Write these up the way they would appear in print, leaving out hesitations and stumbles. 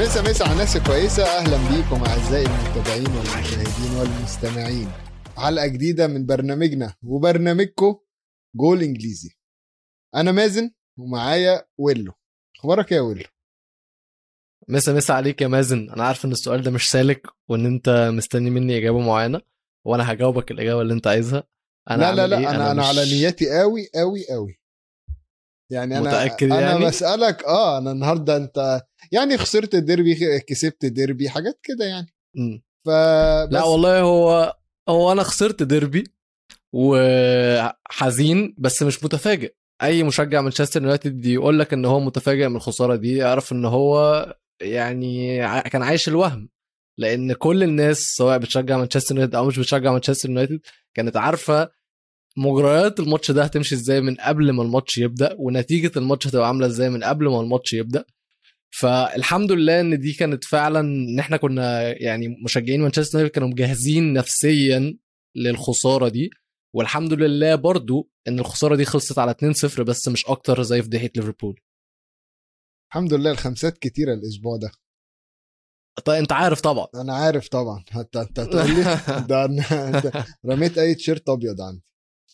مسا على ناس كويسة. أهلا بيكم أعزائي المتابعين والمشاهدين والمستمعين، حلقة جديدة من برنامجنا وبرنامجكم جول إنجليزي. أنا مازن ومعايا ويلو. أخبارك يا ويلو؟ مسا عليك يا مازن. انا عارف ان السؤال ده مش سالك وان انت مستني مني اجابه معينه، وانا هجاوبك الاجابه اللي انت عايزها. انا لا لا عامل لا، ايه؟ انا أنا على مش نياتي قوي. يعني أنا متاكد أنا يعني. بسألك أنا النهاردة أنت يعني خسرت ديربي، كسبت ديربي، حاجات كده يعني. مم. لا فبس والله، هو انا خسرت ديربي وحزين، بس مش متفاجئ. اي مشجع مانشستر يونايتد يقول لك ان هو متفاجئ من الخساره دي يعرف ان هو يعني كان عايش الوهم، لان كل الناس سواء بتشجع مانشستر يونايتد او مش بتشجع مانشستر يونايتد كانت عارفه مجريات الماتش ده هتمشي ازاي من قبل ما الماتش يبدا، ونتيجه الماتش هتبقى عامله ازاي من قبل ما الماتش يبدا. فالحمد لله ان دي كانت فعلا ان احنا كنا يعني مشجعين مانشستر يونايتد كانوا مجهزين نفسيا للخساره دي. والحمد لله برضو ان الخساره دي خلصت على 2-0 بس مش اكتر زي فضيحه ليفربول. الحمد لله الخمسات كتيرة الأسبوع ده. طيب انت عارف طبعا. انا عارف طبعا، حتى انت هتقول لي ده أنت رميت اي تيشيرت ابيض عندي.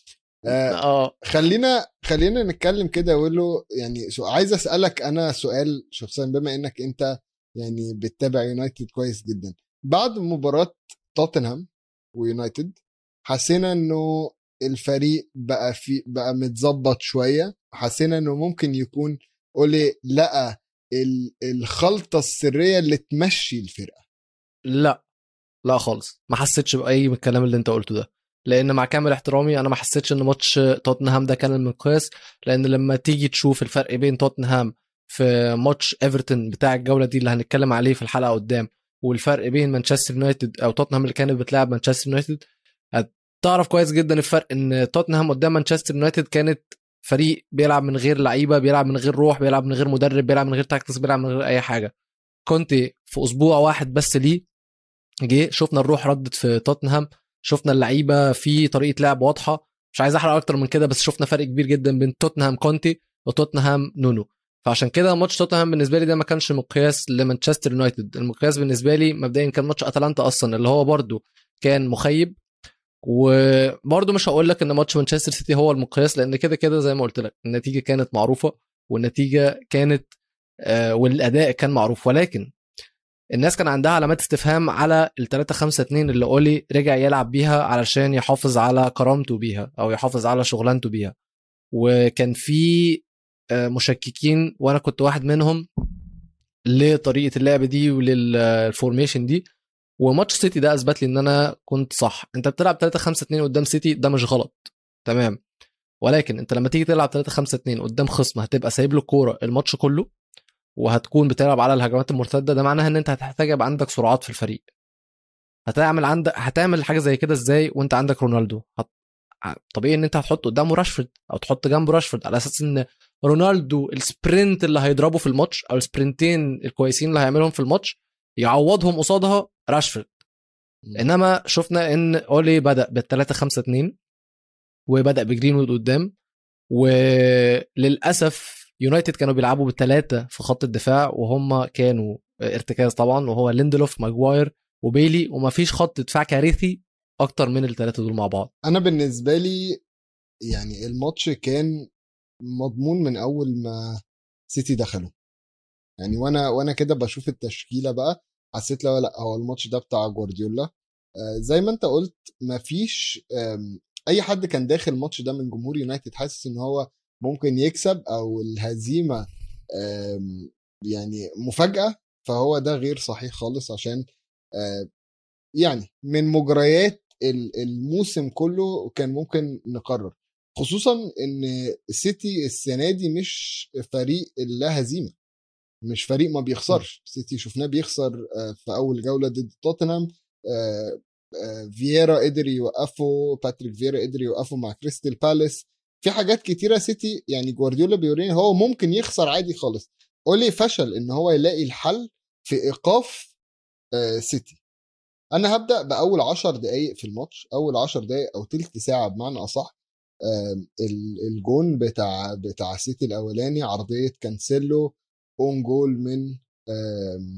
اه خلينا نتكلم كده واقول له يعني عايز اسالك انا سؤال شخصيا، بما انك انت يعني بتتابع يونايتد كويس جدا. بعد مباراة توتنهام ويونايتد حسينا انه الفريق بقى متظبط شوية، حسينا انه ممكن يكون قولي لقى الخلطة السرية اللي تمشي الفرقة. لا لا خالص، ما حسيتش باي من الكلام اللي انت قلته ده، لان مع كامل احترامي انا ما حسيتش ان ماتش توتنهام ده كان المقياس. لان لما تيجي تشوف الفرق بين توتنهام في ماتش ايفرتون بتاع الجوله دي اللي هنتكلم عليه في الحلقه قدام، والفرق بين مانشستر يونايتد او توتنهام اللي كانت بتلعب مانشستر يونايتد، هتعرف كويس جدا الفرق. ان توتنهام قدام مانشستر يونايتد كانت فريق بيلعب من غير لعيبه، بيلعب من غير روح، بيلعب من غير مدرب، بيلعب من غير تاكتكس، بيلعب من غير اي حاجه. كنت في اسبوع واحد بس ليه جه شفنا الروح ردت في توتنهام، شفنا اللعيبه في طريقه لعب واضحه. مش عايز احرق اكتر من كده، بس شفنا فرق كبير جدا بين توتنهام كونتي وتوتنهام نونو. فعشان كده ماتش توتنهام بالنسبه لي ده ما كانش مقياس لمانشستر يونايتد. المقياس بالنسبه لي مبدئيا كان ماتش اتلانتا اصلا اللي هو برده كان مخيب. وبرده مش هقول لك ان ماتش مانشستر سيتي هو المقياس، لان كده كده زي ما قلت لك النتيجه كانت معروفه، والنتيجه كانت والاداء كان معروف. ولكن الناس كان عندها علامات استفهام على ال 3-5-2 اللي اولي رجع يلعب بيها علشان يحافظ على كرامته بيها او يحافظ على شغلانته بيها. وكان في مشككين وانا كنت واحد منهم لطريقه اللعب دي وللفورميشن دي. وماتش سيتي ده اثبت لي ان انا كنت صح. انت بتلعب 3-5-2 قدام سيتي ده مش غلط، تمام. ولكن انت لما تيجي تلعب 3-5-2 قدام خصم هتبقى سايب له الكوره الماتش كله، وهتكون بتلعب على الهجمات المرتده. ده معناها ان انت هتحتاج يبقى عندك سرعات في الفريق. هتعمل حاجه زي كده ازاي وانت عندك رونالدو؟ طبيعي ان انت هتحط قدامه راشفورد او تحط جنبه راشفورد على اساس ان رونالدو السبرنت اللي هيضربه في الماتش او السبرنتين الكويسين اللي هيعملهم في الماتش يعوضهم قصادها راشفورد. انما شفنا ان اولي بدا بال3-5-2 وبدا بجرينوود قدام، وللاسف يونايتد كانوا بيلعبوا بالثلاثه في خط الدفاع وهم كانوا ارتكاز طبعا، وهو ليندلوف ماجواير وبيلي، ومفيش خط دفاع كارثي اكتر من الثلاثه دول مع بعض. انا بالنسبة لي يعني الماتش كان مضمون من اول ما سيتي دخلوا. يعني وانا كده بشوف التشكيله بقى، حسيت لا هو الماتش ده بتاع جوارديولا. زي ما انت قلت مفيش اي حد كان داخل الماتش ده من جمهور يونايتد حاسس ان هو ممكن يكسب او الهزيمه يعني مفاجاه. فهو ده غير صحيح خالص، عشان يعني من مجريات الموسم كله كان ممكن نقرر، خصوصا ان السيتي السنه دي مش فريق لا هزيمه، مش فريق ما بيخسرش. سيتي شفناه بيخسر في اول جوله ضد توتنهام. فييرا قدر يوقفه، باتريك فييرا قدر يوقفه مع كريستال بالاس. في حاجات كتيره سيتي يعني جوارديولا بيوريني هو ممكن يخسر عادي خالص. اولي فشل ان هو يلاقي الحل في ايقاف سيتي. انا هبدا باول 10 دقائق في الماتش، اول 10 دقائق او تلت ساعه بمعنى اصح. الجون بتاع سيتي الاولاني عرضيه كانسيلو، اون جول من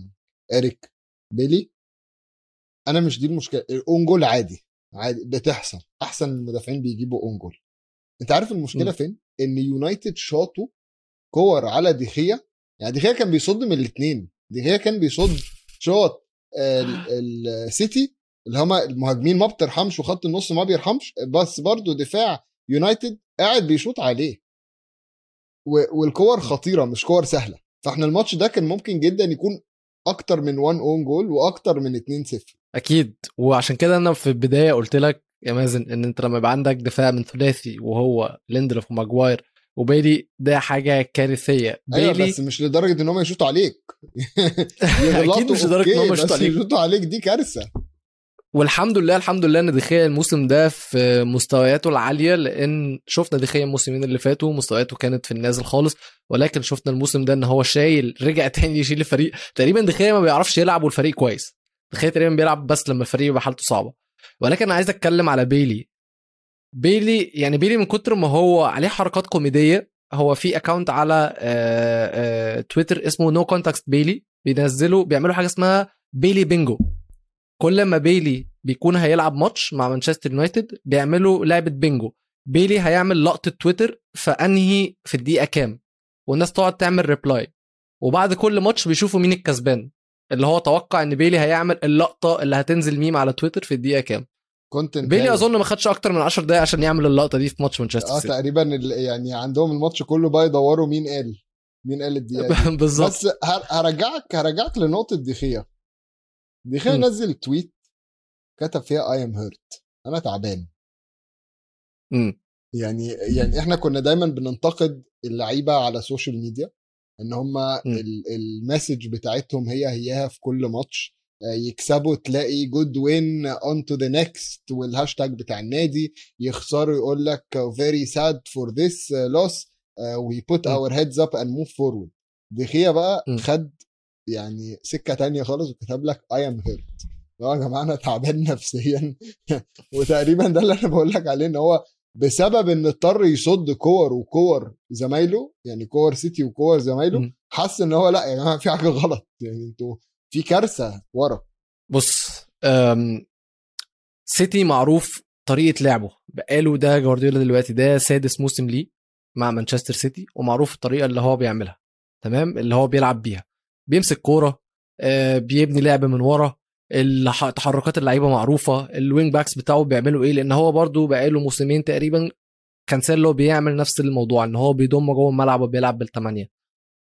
اريك بيلي. انا مش دي المشكله، الاون جول عادي بتحصل، احسن المدافعين بيجيبوا اون جول. انت عارف المشكله فين؟ ان يونايتد شاطوا كور على ديخيا، يعني ديخيا كان بيصد من الاثنين، ديخيا كان بيصد شوط السيتي اللي هما المهاجمين ما بترحمش وخط النص ما بيرحمش، بس برضو دفاع يونايتد قاعد بيشوط عليه، والكور خطيره مش كور سهله. فاحنا الماتش ده كان ممكن جدا يكون اكتر من 1 اون جول واكتر من 2-0 اكيد. وعشان كده انا في البدايه قلت لك يا مازن ان انت لما يبقى عندك دفاع من ثلاثي وهو ليندلوف وماجواير وبيلي، ده حاجه كارثيه. ايوه بيلي بس مش لدرجه ان هم يشوطوا عليك اكيد مش لدرجه ان هم يشوطوا بس عليك. يشوطوا عليك دي كارثه. والحمد لله الحمد لله ان دخيا الموسم ده في مستوياته العاليه، لان شفنا دخيا الموسمين اللي فاتوا مستوياته كانت في النازل خالص، ولكن شفنا الموسم ده ان هو شايل، رجع تاني يشيل الفريق. تقريبا دخيا ما بيعرفش يلعب والفريق كويس، دخيا تقريبا بيلعب بس لما الفريق يبقى حالته صعبه. ولكن انا عايز اتكلم على بيلي يعني بيلي من كتر ما هو عليه حركات كوميديه. هو في اكاونت على تويتر اسمه نو كونتاكت بيلي، بيعملوا حاجه اسمها بيلي بينجو. كل ما بيلي بيكون هيلعب ماتش مع مانشستر يونايتد بيعملوا لعبه بينجو. بيلي هيعمل لقطه تويتر فانهي في الدقيقه كام، والناس تقعد تعمل ريبلاي، وبعد كل ماتش بيشوفوا مين الكسبان، اللي هو توقع ان بيلي هيعمل اللقطه اللي هتنزل ميم على تويتر في الدقيقه كام. كونتنت بيلي هايل. اظن ما خدش اكتر من 10 دقايق عشان يعمل اللقطه دي في ماتش مانشستر سيتي. تقريبا يعني عندهم الماتش كله بقى يدوروا مين قال الدقيقه دي. بالظبط. بس هرجعك لنقطه ديخيا نزل تويت كتب فيها I am hurt، انا تعبان. يعني احنا كنا دايما بننتقد اللعيبه على السوشيال ميديا ان هم المسج بتاعتهم هياها في كل ماتش، يكسبوا تلاقي جود وين اون تو ذا نيكست والهاشتاج بتاع النادي، يخسروا يقول لك very sad for this loss we put our heads up and move forward. دخيا بقى خد يعني سكه تانية خالص وكتب لك I am hurt. يا جماعه انا تعبان نفسيا وتقريبا ده اللي انا بقول لك عليه، ان هو بسبب ان اضطر يصد كور زمايله، يعني كور سيتي وكور زمايله، حس ان هو لا يا جماعه في حاجه غلط، يعني انتوا في كارثه ورا. بص سيتي معروف طريقه لعبه بقاله، ده جوارديولا دلوقتي ده 6 موسم ليه مع مانشستر سيتي، ومعروف الطريقه اللي هو بيعملها تمام، اللي هو بيلعب بيها، بيمسك كوره بيبني لعب من ورا، تحركات اللعيبه معروفه، الوينج باكس بتاعه بيعملوا ايه، لان هو برضو بقاله موسمين تقريبا كانسيلو بيعمل نفس الموضوع، ان هو بيضم جوه الملعب وبيلعب بالثمانيه.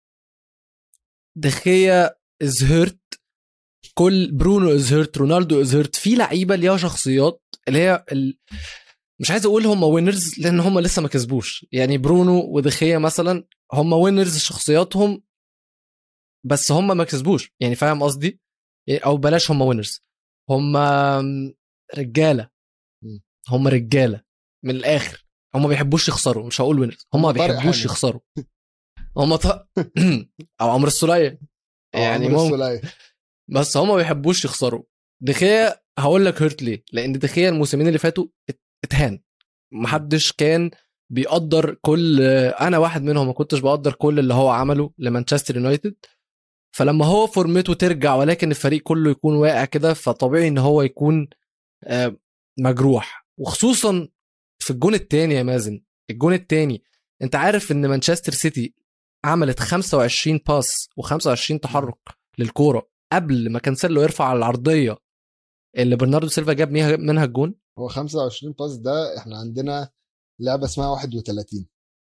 دخيا ازهرت، كل برونو ازهرت، رونالدو ازهرت، في لعيبه ليها شخصيات اللي هي مش عايز اقول هم وينرز لان هم لسه ما كسبوش، يعني برونو ودخيا مثلا هم وينرز شخصياتهم بس هم ما كسبوش، يعني فاهم قصدي؟ او بلاش هم وينرز، هم رجاله، هم رجاله من الاخر، هم ما بيحبوش يخسروا، مش هقول وينرز، هم ما بيحبوش يخسروا. هم او عمرو السولية يعني ممكن، بس هم ما بيحبوش يخسروا. دخيا هقول لك هيرت ليه، لان دخيا الموسمين اللي فاتوا اتهان، محدش كان بيقدر كل، انا واحد منهم ما كنتش بقدر كل اللي هو عمله لمانشستر يونايتد. فلما هو فورمته ترجع ولكن الفريق كله يكون واقع كده، فطبيعي ان هو يكون مجروح، وخصوصا في الجون التاني يا مازن. الجون التاني انت عارف ان مانشستر سيتي عملت 25 باس و25 تحرك للكوره قبل ما كانسيلو يرفع على العرضيه اللي برناردو سيلفا جاب منها الجون. هو 25 باس ده احنا عندنا لعبه اسمها 31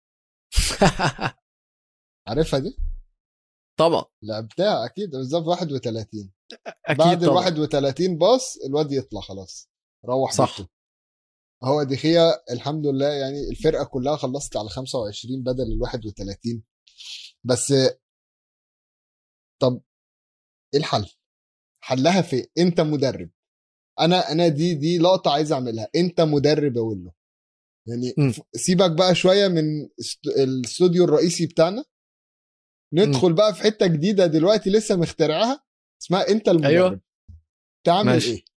عارفها دي؟ طبعا لعبتها اكيد بالظبط 31 اكيد بعد ال طبعا. 31 باص الواد يطلع خلاص روح صح بيته. هو دخيا الحمد لله يعني الفرقه كلها خلصت على 25 بدل ال 31. بس طب ايه الحل؟ حلها في انت مدرب، انا دي لقطه عايز اعملها، انت مدرب اقول له يعني سيبك بقى شويه من الاستوديو الرئيسي بتاعنا، ندخل بقى في حته جديده دلوقتي لسه مخترعها اسمها انت المدرب. أيوة. تعمل ماشي. ايه؟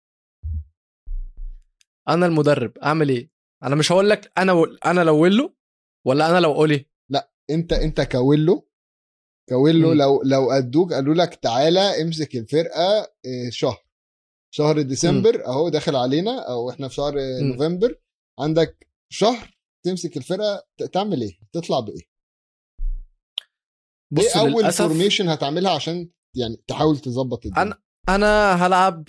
انا المدرب اعمل ايه؟ انا مش هقول لك انا لو ويلو ولا انا لو اولي، لا انت كويلو كاويلو لو ادوك قالوا لك تعالى امسك الفرقه شهر ديسمبر اهو داخل علينا، او احنا في شهر نوفمبر، عندك شهر تمسك الفرقه، تعمل ايه؟ تطلع بايه؟ بص ايه اول للأسف فورميشن هتعملها عشان يعني تحاول تظبط الدنيا؟ انا هلعب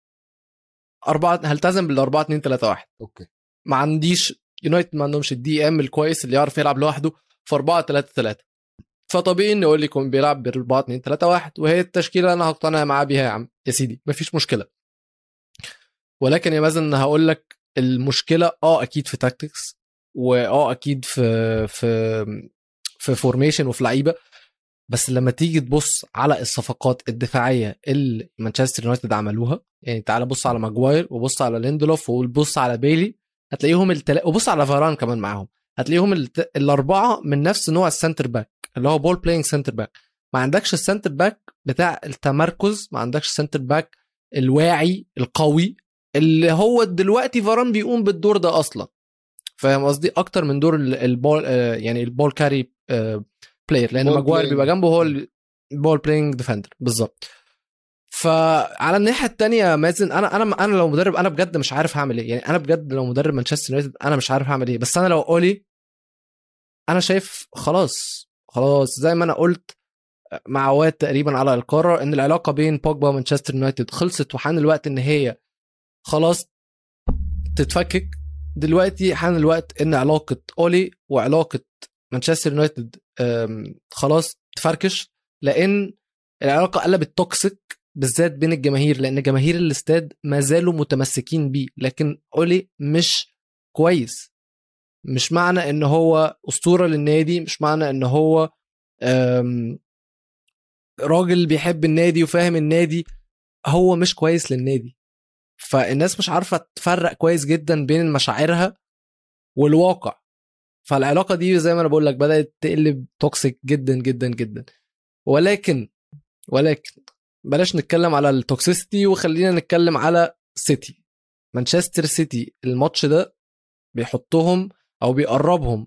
هلتزم بال 4 2 3 1. اوكي. ما عنديش يونايتد ما عندهمش الدي ام الكويس اللي يعرف يلعب لوحده في 4 3 3، فطبيعي ان يقول لي يكون بيلعب ب 4 2 3 1، وهي التشكيله انا هقتنع معاه بيها يا عم يا سيدي مفيش مشكله. ولكن يا مازن هقول لك المشكله اكيد في تاكتكس، اكيد في فورميشن وفي لعيبه. بس لما تيجي تبص على الصفقات الدفاعيه اللي مانشستر يونايتد عملوها، يعني تعال بص على ماجواير وبص على ليندلوف وبص على بيلي، هتلاقيهم وبص على فاران كمان معاهم، هتلاقيهم الاربعه من نفس نوع السنتر باك اللي هو بول بلاينج سنتر باك. ما عندكش السنتر باك بتاع التمركز، ما عندكش السنتر باك الواعي القوي اللي هو دلوقتي فاران بيقوم بالدور ده اصلا. فاهم قصدي؟ اكتر من دور البول، يعني البول كاري بلاير، لان ماجواير بيبقى جنبه هو البول بلاينج ديفندر بالظبط. فعلى الناحيه الثانيه مازن، انا لو مدرب انا بجد مش عارف هعمل ايه. يعني انا بجد لو مدرب مانشستر يونايتد انا مش عارف هعمل ايه. بس انا لو اولي انا شايف خلاص زي ما انا قلت مع واد تقريبا على القرار ان العلاقه بين بوجبا ومانشستر يونايتد خلصت، وحان الوقت ان هي خلاص تتفكك. دلوقتي حان الوقت ان علاقه اولي وعلاقه مانشستر يونايتد خلاص تفركش، لان العلاقه قلبت توكسيك بالذات بين الجماهير، لان جماهير الاستاد ما زالوا متمسكين بيه. لكن اولي مش كويس. مش معنى ان هو اسطوره للنادي، مش معنى ان هو راجل بيحب النادي وفاهم النادي، هو مش كويس للنادي. فالناس مش عارفه تفرق كويس جدا بين مشاعرها والواقع. فالعلاقه دي زي ما انا بقول لك بدات تقلب توكسيك جدا جدا جدا. ولكن بلاش نتكلم على التوكسيستي وخلينا نتكلم على سيتي. مانشستر سيتي الماتش ده بيحطهم او بيقربهم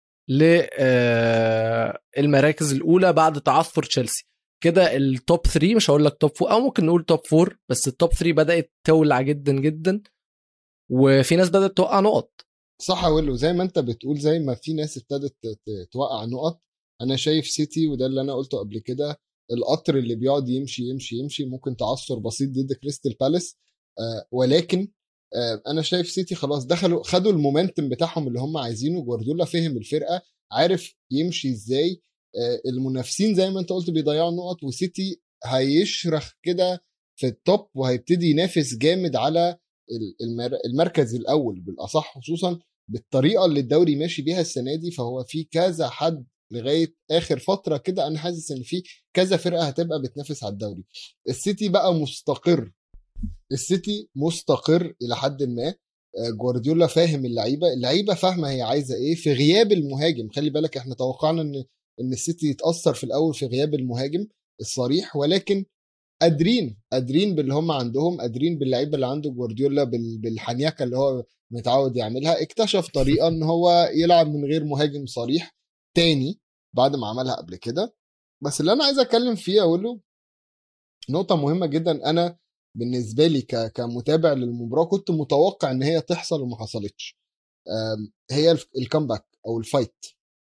للمراكز الاولى بعد تعثر تشيلسي. كده التوب 3، مش هقول لك توب 4 او ممكن نقول توب 4، بس التوب 3 بدات تولع جدا جدا، وفي ناس بدات توقع نقط. صح يا ويلو، زي ما انت بتقول، زي ما في ناس ابتدت توقع نقط، انا شايف سيتي وده اللي انا قلته قبل كده، القطر اللي بيقعد يمشي يمشي يمشي، ممكن تعثر بسيط ضد كريستال بالاس، ولكن انا شايف سيتي خلاص خدوا المومنتم بتاعهم اللي هم عايزينه. جوارديولا فهم الفرقه، عارف يمشي ازاي. المنافسين زي ما انت قلت بيضيعوا نقط، وسيتي هيشرخ كده في التوب وهيبتدي ينافس جامد على المركز الاول بالاصح، خصوصا بالطريقه اللي الدوري ماشي بيها السنه دي. فهو في كذا حد لغايه اخر فتره كده انا حاسس ان في كذا فرقه هتبقى بتنافس على الدوري. السيتي بقى مستقر، السيتي مستقر الى حد ما. جوارديولا فاهم اللعيبه فاهمه هي عايزه ايه في غياب المهاجم. خلي بالك احنا توقعنا ان السيتي يتاثر في الاول في غياب المهاجم الصريح، ولكن قادرين باللي هم عندهم، قادرين باللعيبه اللي عنده جوارديولا بالحنيكه اللي هو متعود يعملها. اكتشف طريقه ان هو يلعب من غير مهاجم صريح تاني بعد ما عملها قبل كده. بس اللي انا عايز اتكلم فيه اقول له نقطه مهمه جدا. انا بالنسبه لي كمتابع للمباراه كنت متوقع ان هي تحصل وما حصلتش، هي الكامباك او الفايت،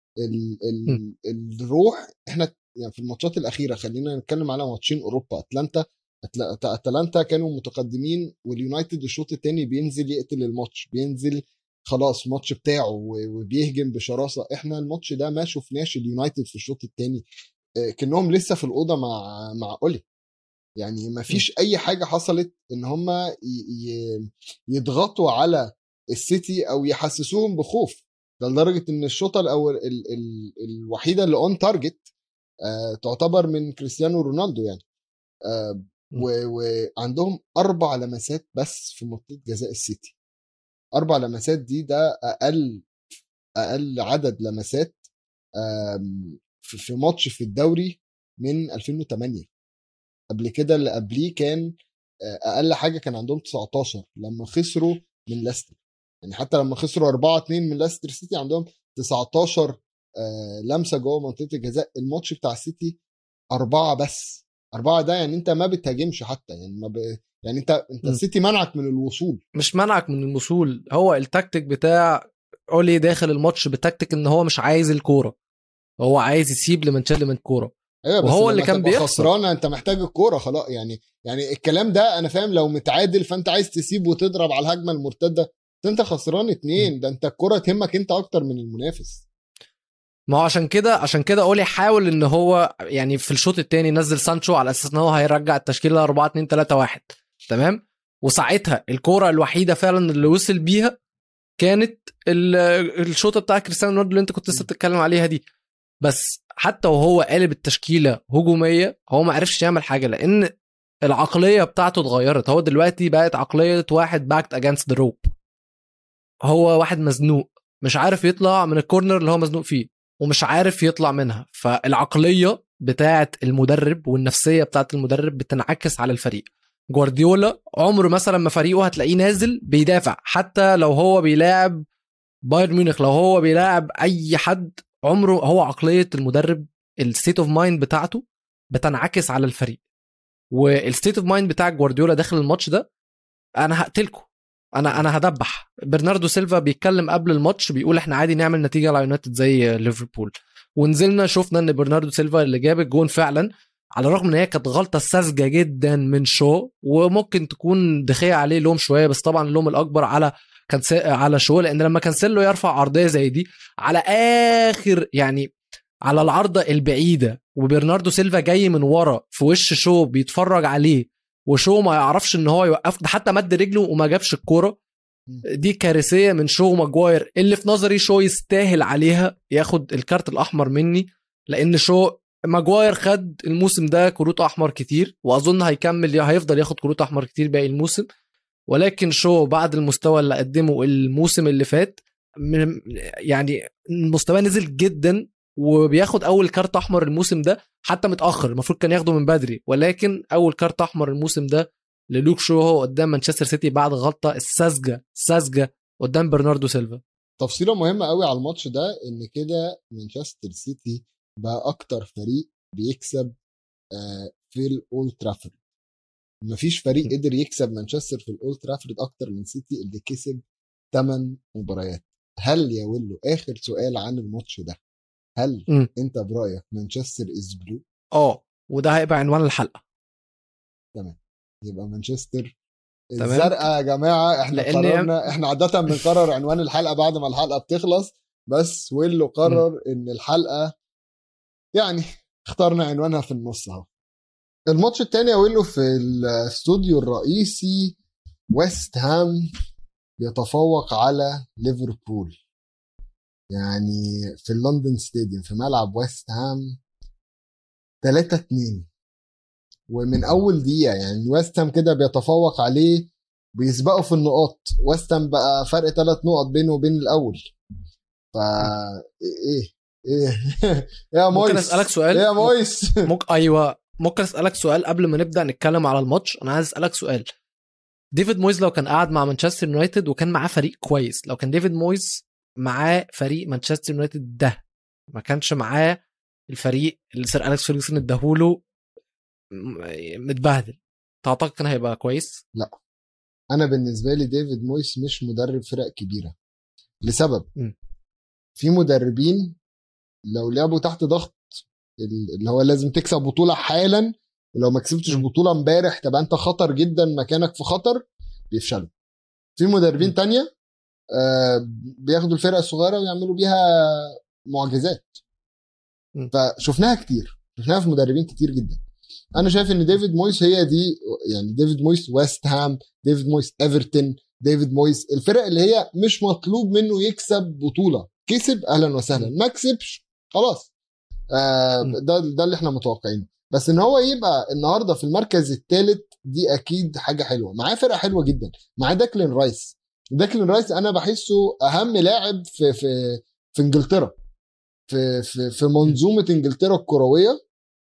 الروح. احنا يعني في الماتشات الاخيره خلينا نتكلم على ماتشين اوروبا، اتلانتا كانوا متقدمين واليونايتد الشوط الثاني بينزل يقتل الماتش، بينزل خلاص الماتش بتاعه وبيهجم بشراسه. احنا الماتش ده ما شفناش اليونايتد في الشوط الثاني، كانهم لسه في الاوضه مع اولي. يعني ما فيش اي حاجه حصلت ان هم يضغطوا على السيتي او يحسسوهم بخوف. ده لدرجه ان الشوطه الاول الوحيده اللي اون تارجت تعتبر من كريستيانو رونالدو يعني. وعندهم 4 لمسات بس في منطقه جزاء السيتي. 4 لمسات دي ده اقل عدد لمسات في ماتش في الدوري من 2008. قبل كده اللي قبليه كان اقل حاجه كان عندهم 19 لما خسروا من لاستر. يعني حتى لما خسروا 4-2 من لاستر سيتي عندهم 19 لمسه جوه منطقه الجزاء. الماتش بتاع السيتي 4 بس. 4 ده يعني انت ما بتهاجمش حتى، يعني يعني انت السيتي منعك من الوصول. مش منعك من الوصول، هو التكتيك بتاع اولي داخل الماتش بتكتيك ان هو مش عايز الكوره، هو عايز يسيب لمانشيزر من الكوره، ايوه بس وهو اللي لما كان تبقى بيخسر. خسرانه انت محتاج الكوره خلاص، يعني الكلام ده انا فاهم. لو متعادل فانت عايز تسيب وتضرب على الهجمه المرتده، بس انت خسران 2، ده انت الكوره تهمك انت اكتر من المنافس. ما هو عشان كده اولي حاول ان هو يعني في الشوط الثاني نزل سانشو على اساس ان هو هيرجع التشكيله 4-2-3-1 تمام. وساعتها الكوره الوحيده فعلا اللي وصل بيها كانت الشوطه بتاع كريستيانو رونالدو اللي انت كنت لسه بتتكلم عليها دي. بس حتى وهو قالب التشكيله هجوميه هو ما عرفش يعمل حاجه، لان العقليه بتاعته اتغيرت. هو دلوقتي بقت عقليه واحد باكت اجينست ذا روب، هو واحد مزنوق مش عارف يطلع من الكورنر اللي هو مزنوق فيه ومش عارف يطلع منها. فالعقليه بتاعه المدرب والنفسيه بتاعه المدرب بتنعكس على الفريق. جوارديولا عمره مثلا ما فريقه هتلاقيه نازل بيدافع، حتى لو هو بيلاعب بايرن ميونخ، لو هو بيلاعب اي حد، عمره. هو عقليه المدرب الستيت اوف مايند بتاعته بتنعكس على الفريق. والستيت اوف مايند بتاع جوارديولا داخل الماتش ده، انا هقتلكم، انا هدبح. برناردو سيلفا بيتكلم قبل الماتش بيقول احنا عادي نعمل نتيجه على يونايتد زي ليفربول، ونزلنا شفنا ان برناردو سيلفا اللي جاب الجون فعلا، على الرغم ان هي كانت غلطه ساذجه جدا من شو، وممكن تكون دخيه عليه لوم شويه، بس طبعا اللوم الاكبر على على شو، لان لما كانسيلو يرفع عرضيه زي دي على اخر يعني على العارضه البعيده، وبرناردو سيلفا جاي من ورا في وش شو بيتفرج عليه، وشو ما يعرفش ان هو يوقف ده، حتى مد رجله وما جابش الكوره. دي كارثيه من شو ماجواير، اللي في نظري شو يستاهل عليها ياخد الكارت الاحمر مني، لان شو ماجواير خد الموسم ده كروت احمر كتير، واظن هيكمل هيفضل ياخد كروت احمر كتير باقي الموسم. ولكن شو بعد المستوى اللي قدمه الموسم اللي فات يعني المستوى نزل جدا، وبياخد اول كارت احمر الموسم ده حتى متاخر، المفروض كان ياخده من بدري، ولكن اول كارت احمر الموسم ده للوك شو هو قدام مانشستر سيتي بعد غلطه الساذجه قدام برناردو سيلفا. تفصيله مهمه قوي على الماتش ده ان كده مانشستر سيتي بقى اكتر فريق بيكسب في الاولد ترافورد. مفيش فريق قدر يكسب مانشستر في الاولد ترافورد اكتر من سيتي اللي كسب 8 مباريات. هل يا ويلو اخر سؤال عن الماتش ده، هل انت برايك مانشستر از بلو؟ وده هيبقى عنوان الحلقه. تمام، يبقى مانشستر تمام الزرقاء يا جماعه. احنا لأن قررنا، احنا عاده بنقرر عنوان الحلقه بعد ما الحلقه بتخلص، بس ويلو قرر ان الحلقه يعني اخترنا عنوانها في النص اهو. الماتش التاني يا ويلو في الاستوديو الرئيسي، ويست هام بيتفوق على ليفربول، يعني في اللندن ستاديوم في ملعب ويست هام 3-2. ومن اول دقيقه يعني ويست هام كده بيتفوق عليه، بيسبقوا في النقاط. ويست هام بقى فرق 3 نقط بينه وبين الاول. فا ايه يا مويس، ممكن اسالك سؤال؟ ايه يا مويس؟ ممكن اسالك سؤال قبل ما نبدا نتكلم على الماتش. انا عايز اسالك سؤال. ديفيد مويز لو كان قاعد مع مانشستر يونايتد وكان معاه فريق كويس، لو كان ديفيد مويز معاه فريق مانشستر يونايتد ده، ما كانش معاه الفريق اللي سير أليكس فيرجسون اداهوله متبهدل، تعتقد كان هيبقى كويس؟ لا، انا بالنسبه لي ديفيد مويس مش مدرب فرق كبيره لسبب. في مدربين لو لعبوا تحت ضغط اللي هو لازم تكسب بطوله حالا، ولو ما كسبتش بطوله امبارح تبقى انت خطر جدا، مكانك في خطر، بيفشلوا. في مدربين تانية بياخدوا الفرقه الصغيره ويعملوا بيها معجزات. فشفناها كتير، شفناها في مدربين كتير جدا. انا شايف ان ديفيد مويس هي دي، يعني ديفيد مويس ويست هام، ديفيد مويس ايفرتون، ديفيد مويس الفرق اللي هي مش مطلوب منه يكسب بطوله. كسب اهلا وسهلا، ما كسبش خلاص. ده اللي احنا متوقعينه. بس ان هو يبقى النهارده في المركز الثالث دي اكيد حاجه حلوه. معاه فرقه حلوه جدا، معاه داكلين رايس. داكلين رايس انا بحسه اهم لاعب في انجلترا، في منظومه انجلترا الكرويه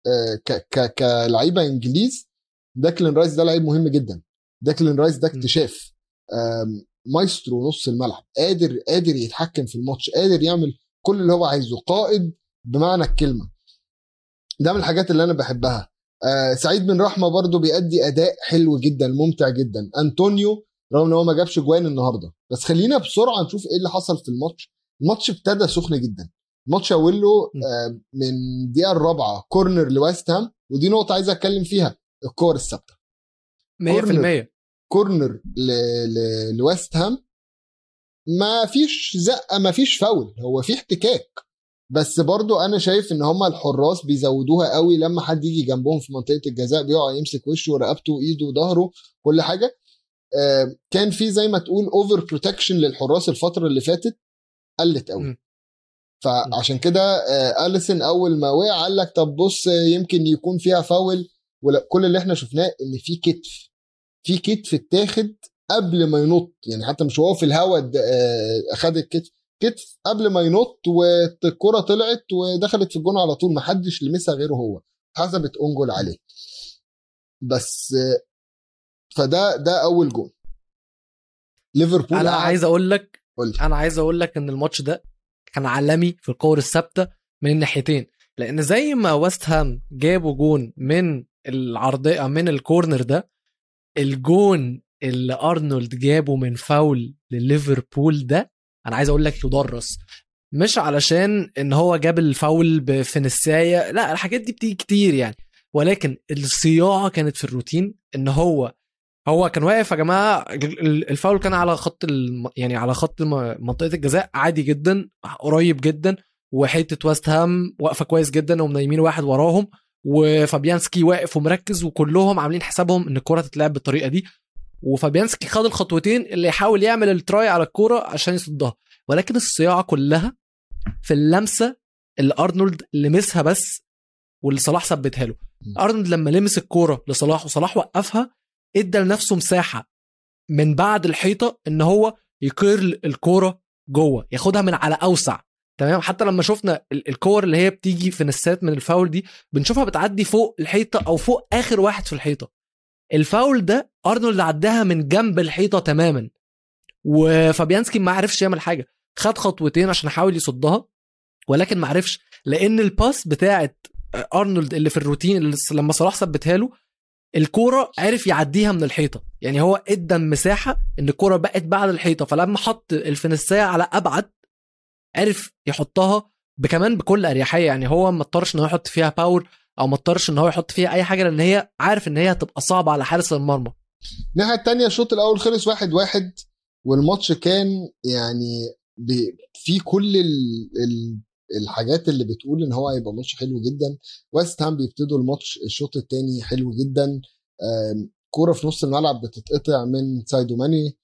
كلعيبه انجليز. داكلين رايس ده لعيب مهم جدا. داكلين رايس ده اكتشاف، مايسترو نص الملعب، قادر يتحكم في الماتش، قادر يعمل كل اللي هو عايزه، قائد بمعنى الكلمه. ده من الحاجات اللي انا بحبها. سعيد بن رحمه برضو بيأدي اداء حلو جدا ممتع جدا. انطونيو رغم ان هو ما جابش جوان النهارده، بس خلينا بسرعه نشوف ايه اللي حصل في الماتش. الماتش ابتدى سخن جدا. الماتش اوله من الدقيقه الرابعه كورنر لويست هام، ودي نقطه عايز اتكلم فيها. الكور الثابته 100%. كورنر لويست هام، ما فيش زقه ما فيش فاول، هو في احتكاك، بس برضو انا شايف ان هما الحراس بيزودوها قوي. لما حد يجي جنبهم في منطقه الجزاء بيقع يمسك وشه ورقبته وايده وظهره كل حاجه. كان في زي ما تقول اوفر بروتكشن للحراس الفتره اللي فاتت، قلت قوي. فعشان كده أليسن اول ما وقع قال لك طب بص يمكن يكون فيها فاول. كل اللي احنا شفناه ان في كتف اتاخد قبل ما ينط، يعني حتى مش هو في الهواء اخد كتف قبل ما ينط، والكرة طلعت ودخلت في الجون على طول، محدش لمسها غيره هو، حسبت انجل عليه بس. فده اول جون ليفربول. انا عايز اقول لك ان الماتش ده كان عالمي في الكور الثابته من الناحيتين، لان زي ما ويست هام جابوا جون من العرضيه من الكورنر ده، الجون اللي ارنولد جابه من فاول لليفربول ده انا عايز اقول لك يدرس، مش علشان ان هو جاب الفاول بفنسايه، لا الحاجات دي بتيجي كتير يعني، ولكن الصياعه كانت في الروتين. ان هو كان واقف يا جماعه، الفاول كان على خط يعني على خط منطقه الجزاء عادي جدا، قريب جدا، وحته ويست هام واقفه كويس جدا ومنيمين واحد وراهم، وفابيانسكي واقف ومركز، وكلهم عاملين حسابهم ان الكره تتلعب بالطريقه دي، وفابيانسكي خد الخطوتين اللي يحاول يعمل التراي على الكره عشان يصدها. ولكن الصياعه كلها في اللمسه اللي ارنولد لمسها بس، واللي صلاح ثبتها له. ارنولد لما لمس الكوره لصلاح وصلاح وقفها، ادى لنفسه مساحه من بعد الحيطه ان هو يكير الكوره جوه، ياخدها من على اوسع. تمام. حتى لما شفنا الكور اللي هي بتيجي في نسات من الفاول دي، بنشوفها بتعدي فوق الحيطه او فوق اخر واحد في الحيطه. الفاول ده ارنولد عداها من جنب الحيطه تماما، وفابيانسكي ما عرفش يعمل حاجه، خد خطوتين عشان يحاول يصدها ولكن ما عرفش، لان الباس بتاعت ارنولد اللي في الروتين اللي لما صلاح ثبتها له، الكوره عرف يعديها من الحيطه، يعني هو ادى مساحه ان الكوره بقت بعد الحيطه، فلما حط الفنسايه على ابعد عرف يحطها كمان بكل اريحيه. يعني هو ما اضطرش ان هو يحط فيها باور او ما اضطرش ان هو يحط فيها اي حاجه، لان هي عارف ان هي هتبقى صعبه على حارس المرمى. الناحيه الثانيه الشوط الاول خلص 1-1، والماتش كان يعني في كل الحاجات اللي بتقول ان هو هيبقى ماتش حلو جدا. ويست هام بيبتدوا الماتش الشوط الثاني حلو جدا، كوره في نص الملعب بتتقطع من سايدو ماني،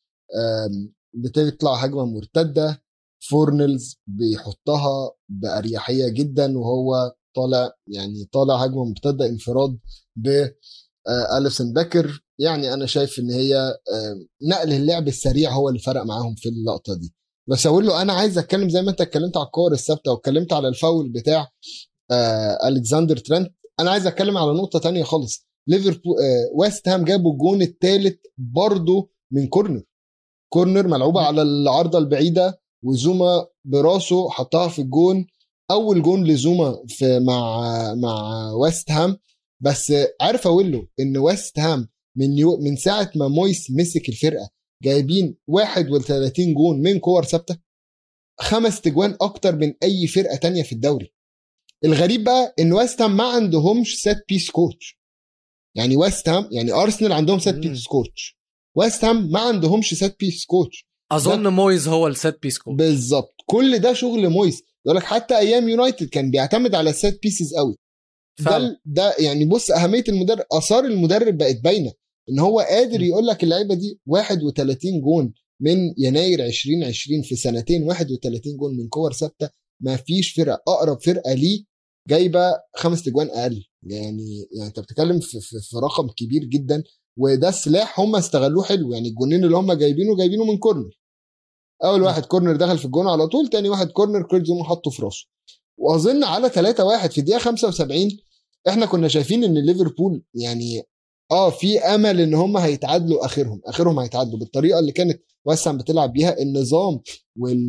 بتطلع هجمه مرتده، فورنلز بيحطها باريحيه جدا وهو طالع هجمه مرتده انفراد ب أليسن باكر. يعني انا شايف ان هي نقل اللعب السريع هو اللي فرق معاهم في اللقطه دي. بس اقول له انا عايز اتكلم زي ما انت اتكلمت على الكور الثابته واتكلمت على الفاول بتاع الكسندر ترينت، انا عايز اتكلم على نقطه تانية خالص. ليفربول ويست هام جابوا الجون الثالث برضه من كورنر ملعوبه على العارضه البعيده، وزوما براسه حطها في الجون. اول جون لزوما في مع ويست هام. بس عارف اقول له ان ويست هام من ساعه ما مويس مسك الفرقه جايبين 31 جون من كور ثابته، 5 تجوان اكتر من اي فرقه تانية في الدوري. الغريب بقى ان ويست هام ما عندهمش سات بيس كوتش. يعني ويست هام يعني ارسنال عندهم سات بيس كوتش، ويست هام ما عندهمش سات بيس كوتش. اظن مويز هو السات بيس كوتش بالظبط، كل ده شغل مويس. يقول لك حتى ايام يونايتد كان بيعتمد على السات بيسز قوي. ده يعني بص اهميه المدرب، اثار المدرب بقت باينه ان هو قادر يقول لك اللعيبه دي 31 جون من يناير 2020 في سنتين، 31 جون من كور ثابته. ما فيش فرقه، اقرب فرقه ليه جايبه 5 جوان اقل. يعني انت بتتكلم في رقم كبير جدا، وده سلاح هم استغلوه حلو. يعني الجونين اللي هم جايبينه من كورنر. اول واحد كورنر دخل في الجون على طول، تاني واحد كورنر كيرزوم حطه في راسه. واظن على 3-1 في الدقيقه 75 احنا كنا شايفين ان ليفربول يعني في امل ان هم هيتعادلوا، اخرهم هيتعادلوا بالطريقه اللي كانت وسام بتلعب بيها. النظام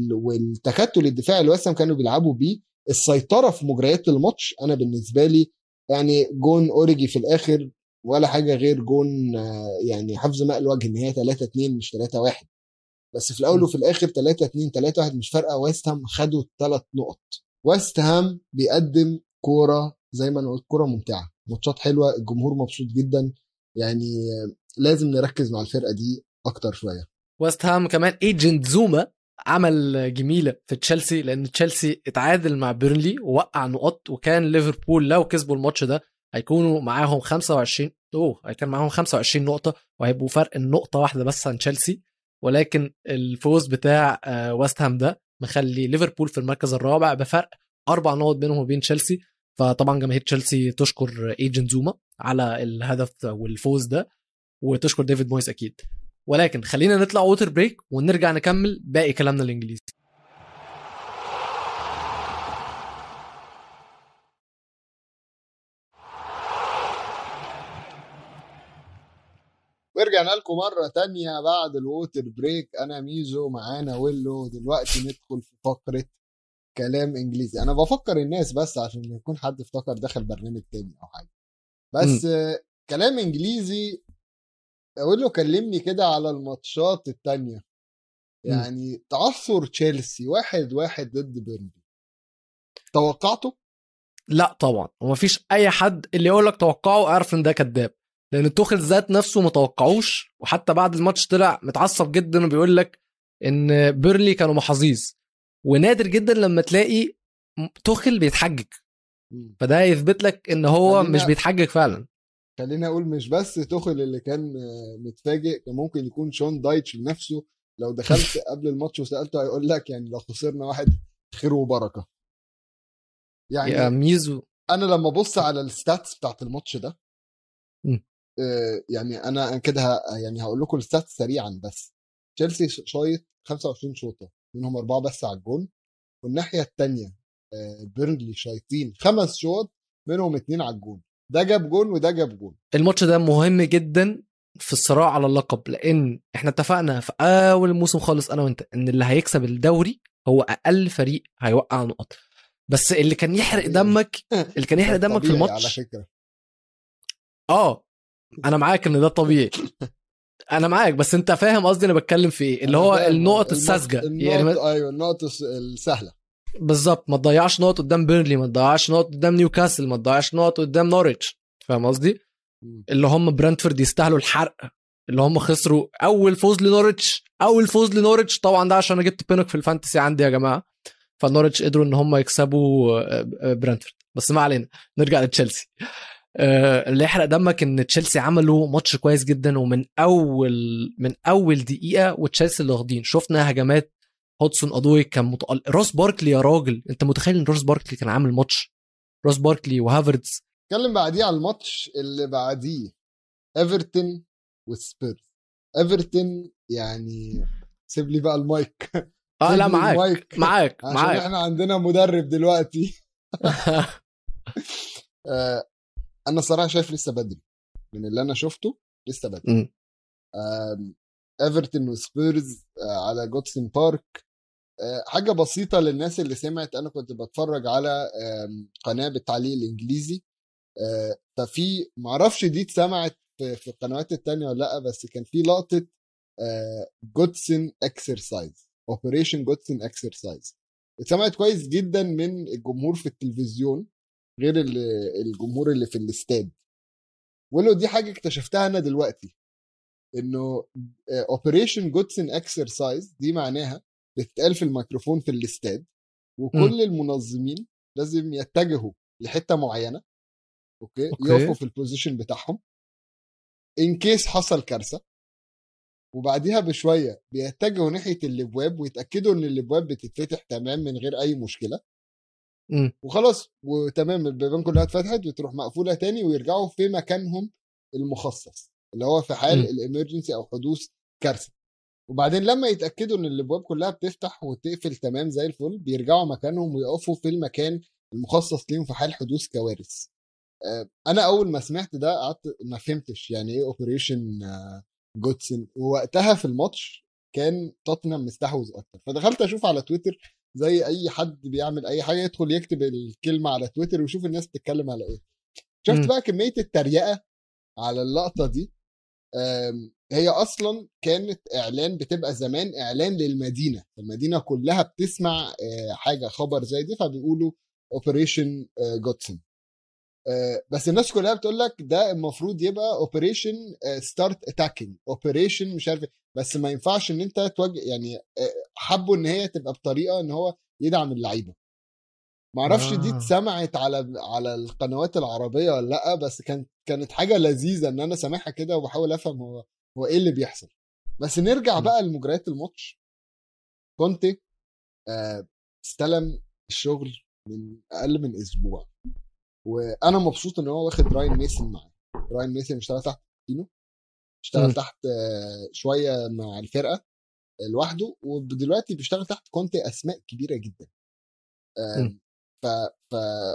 والتكتل الدفاعي اللي وسام كانوا بيلعبوا بيه، السيطره في مجريات الماتش، انا بالنسبه لي يعني جون اوريجي في الاخر ولا حاجه غير جون يعني حفظ ماء الوجه، ان هي 3-2 مش 3-1. بس في الاول م. وفي الاخر 3-2 3-1 مش فارقه. ويست هام خدوا 3 نقط. ويست هام بيقدم كوره زي ما انا قلت، كوره ممتعه، ماتشات حلوه، الجمهور مبسوط جدا. يعني لازم نركز مع الفرقه دي اكتر شويه. ويست هام كمان ايجنت زوما عمل جميله في تشيلسي، لان تشيلسي اتعادل مع بيرنلي ووقع نقط، وكان ليفربول لو كسبوا الماتش ده هيكونوا معاهم 25 هيكون معاهم 25 نقطه، وهيبقوا فرق النقطه واحده بس عن تشيلسي. ولكن الفوز بتاع ويست هام ده مخلي ليفربول في المركز الرابع بفرق 4 نقط بينهم وبين تشيلسي. فطبعا جماهير تشيلسي تشكر ايجنت زوما على الهدف والفوز ده، وتشكر ديفيد مويس اكيد. ولكن خلينا نطلع ووتر بريك ونرجع نكمل باقي كلامنا الانجليزي. ورجعنا لكم مرة تانية بعد الووتر بريك. أنا ميزو، معانا ويلو. دلوقتي ندخل في فقرة كلام إنجليزي. أنا بفكر الناس بس عشان يكون حد افتكر دخل برنامج تاني أو حاجة. بس كلام إنجليزي. ويلو كلمني كده على الماتشات التانية. يعني تعثر تشيلسي 1-1 ضد بيرنلي، توقعته؟ لا طبعا، ومفيش اي حد اللي يقول لك توقعه اعرف ان ده كذاب، لان توخل ذات نفسه متوقعوش، وحتى بعد الماتش طلع متعصب جدا وبيقول لك ان بيرلي كانوا محظوظ. ونادر جدا لما تلاقي توخل بيتحجج، فده يثبت لك ان هو مش خلينا بيتحجج فعلا. خلينا اقول مش بس توخل اللي كان متفاجئ، كان ممكن يكون شون دايتش نفسه. لو دخلت قبل الماتش وسالته هيقول لك يعني لو خسرنا واحد خير وبركه. يا يعني ميزو. انا لما ابص على الستاتس بتاعت الماتش ده، مم. يعني انا كده يعني هقول لكم الستاتس سريعا بس. تشيلسي شايط 25 شوطه، منهم 4 بس على الجون. والناحيه الثانيه بيرنلي شايطين 5 شوط، منهم 2 على الجون. ده جاب جون وده جاب جون. الماتش ده مهم جدا في الصراع على اللقب، لان احنا اتفقنا في اول الموسم خالص انا وانت ان اللي هيكسب الدوري هو اقل فريق هيوقع نقط. بس اللي كان يحرق طبيعي. دمك، اللي كان ده يحرق دمك في الطبيعي على الماتش. فكره. اه انا معاك ان ده طبيعي، انا معاك، بس انت فاهم قصدي انا بتكلم في ايه، اللي انا هو فاهم النقط الساذجه يعني النقط، ايوه النقط السهله. بالظبط، ما تضيعش نقط قدام بيرلي، ما تضيعش نقط قدام نيوكاسل، ما تضيعش نقط قدام نوريتش. فاهم قصدي؟ اللي هم برنتفورد يستاهلوا الحرق، اللي هم خسروا اول فوز لنوريتش. اول فوز لنوريتش طبعا ده عشان انا جبت بينك في الفانتسي عندي يا جماعه، فنوريتش قدروا ان هم يكسبوا برنتفورد. بس ما علينا، نرجع لتشيلسي. اللي يحرق دمك ان تشيلسي عملوا ماتش كويس جدا، ومن اول دقيقه وتشيلسي اللي واخدين. شفنا هجمات هودسون ادوي كان متألق، روس باركلي يا راجل، انت متخيل ان روس باركلي كان عامل ماتش؟ روس باركلي وهافرتز. اتكلم بعديه على الماتش اللي بعديه، ايفرتون وسبيرز. ايفرتون يعني سيب لي بقى المايك. لا سيب لي معاك المايك معاك عشان معاك. احنا عندنا مدرب دلوقتي. آه، انا صراحه شايف لسه بدري. من اللي انا شفته لسه بدري. ايفرتون وسبيرز على جودسون بارك. حاجه بسيطه للناس اللي سمعت، انا كنت بتفرج على قناه بالتعليق الانجليزي. ففي معرفش دي اتسمعت في القنوات التانية ولا لا، بس كان في لقطة جودسون اكسرسايز، اوبريشن جودسون اكسرسايز. اتسمعت كويس جدا من الجمهور في التلفزيون غير الجمهور اللي في الاستاد. ولو دي حاجة اكتشفتها انا دلوقتي، انه اوبريشن جودسون اكسرسايز دي معناها بتتقال في الميكروفون في الاستاد، وكل المنظمين لازم يتجهوا لحتة معينة. اوكي، يقفوا اوكي. في البوزيشن بتاعهم ان كيس حصل كارثه. وبعديها بشويه بيتجهوا ناحيه الابواب ويتاكدوا ان الابواب بتتفتح تمام من غير اي مشكله. وخلاص وتمام، البيبان كلها اتفتحت وتروح مقفوله تاني ويرجعوا في مكانهم المخصص اللي هو في حال الامرجنسي او حدوث كارثه. وبعدين لما يتاكدوا ان الابواب كلها بتفتح وتقفل تمام زي الفل، بيرجعوا مكانهم ويقفوا في المكان المخصص ليهم في حال حدوث كوارث. انا اول ما سمعت ده قعدت ما فهمتش يعني ايه اوبريشن جودسون. ووقتها في الماتش كان توتنهام مستحوذ اكتر، فدخلت اشوف على تويتر زي اي حد بيعمل اي حاجه، يدخل يكتب الكلمه على تويتر ويشوف الناس بتتكلم على ايه. شفت بقى كميه التريقه على اللقطه دي. هي اصلا كانت اعلان، بتبقى زمان اعلان للمدينه، المدينه كلها بتسمع حاجه خبر زي دي فبيقولوا اوبريشن جودسون. بس الناس كلها بتقول لك ده المفروض يبقى اوبريشن ستارت اتاكينج، اوبريشن مش عارف بس ما ينفعش ان انت توجه يعني. حبوا ان هي تبقى بطريقه ان هو يدعم اللعيبه. ما اعرفش دي اتسمعت على القنوات العربيه ولا لا، بس كانت حاجه لذيذه ان انا سامعها كده وبحاول افهم هو ايه اللي بيحصل. بس نرجع بقى لمجريات الماتش. كونتي استلم الشغل من اقل من اسبوع، وانا مبسوط ان هو واخد راين ميسن معاه. راين ميسن اشتغل تحت تينو، اشتغل تحت شويه مع الفرقه لوحده، ودلوقتي بيشتغل تحت كونتي اسماء كبيره جدا. ف ف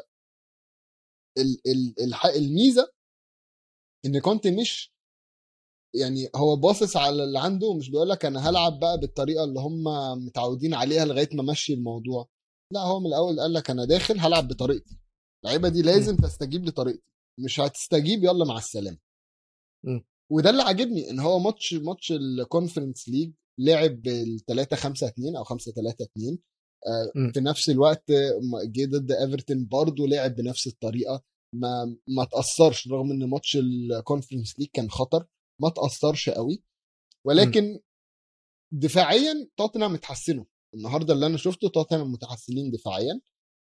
الميزه ان كونتي مش يعني هو باصص على اللي عنده، ومش بيقول لك انا هلعب بقى بالطريقه اللي هم متعودين عليها لغايه ما امشي الموضوع. لا، هو من الاول قال لك انا داخل هلعب بطريقتي، اللعيبه دي لازم تستجيب لطريقتي، مش هتستجيب يلا مع السلامه. وده اللي عاجبني، ان هو ماتش الكونفرنس ليج لعب بال 3-5-2 او 5-3-2. في نفس الوقت جه ضد ايفرتون برضه لعب بنفس الطريقه، ما تاثرش، رغم ان ماتش الكونفرنس ليج كان خطر، ما تاثرش قوي. ولكن دفاعيا توتنهام اتحسنوا النهارده، اللي انا شفته توتنهام متحسنين دفاعيا.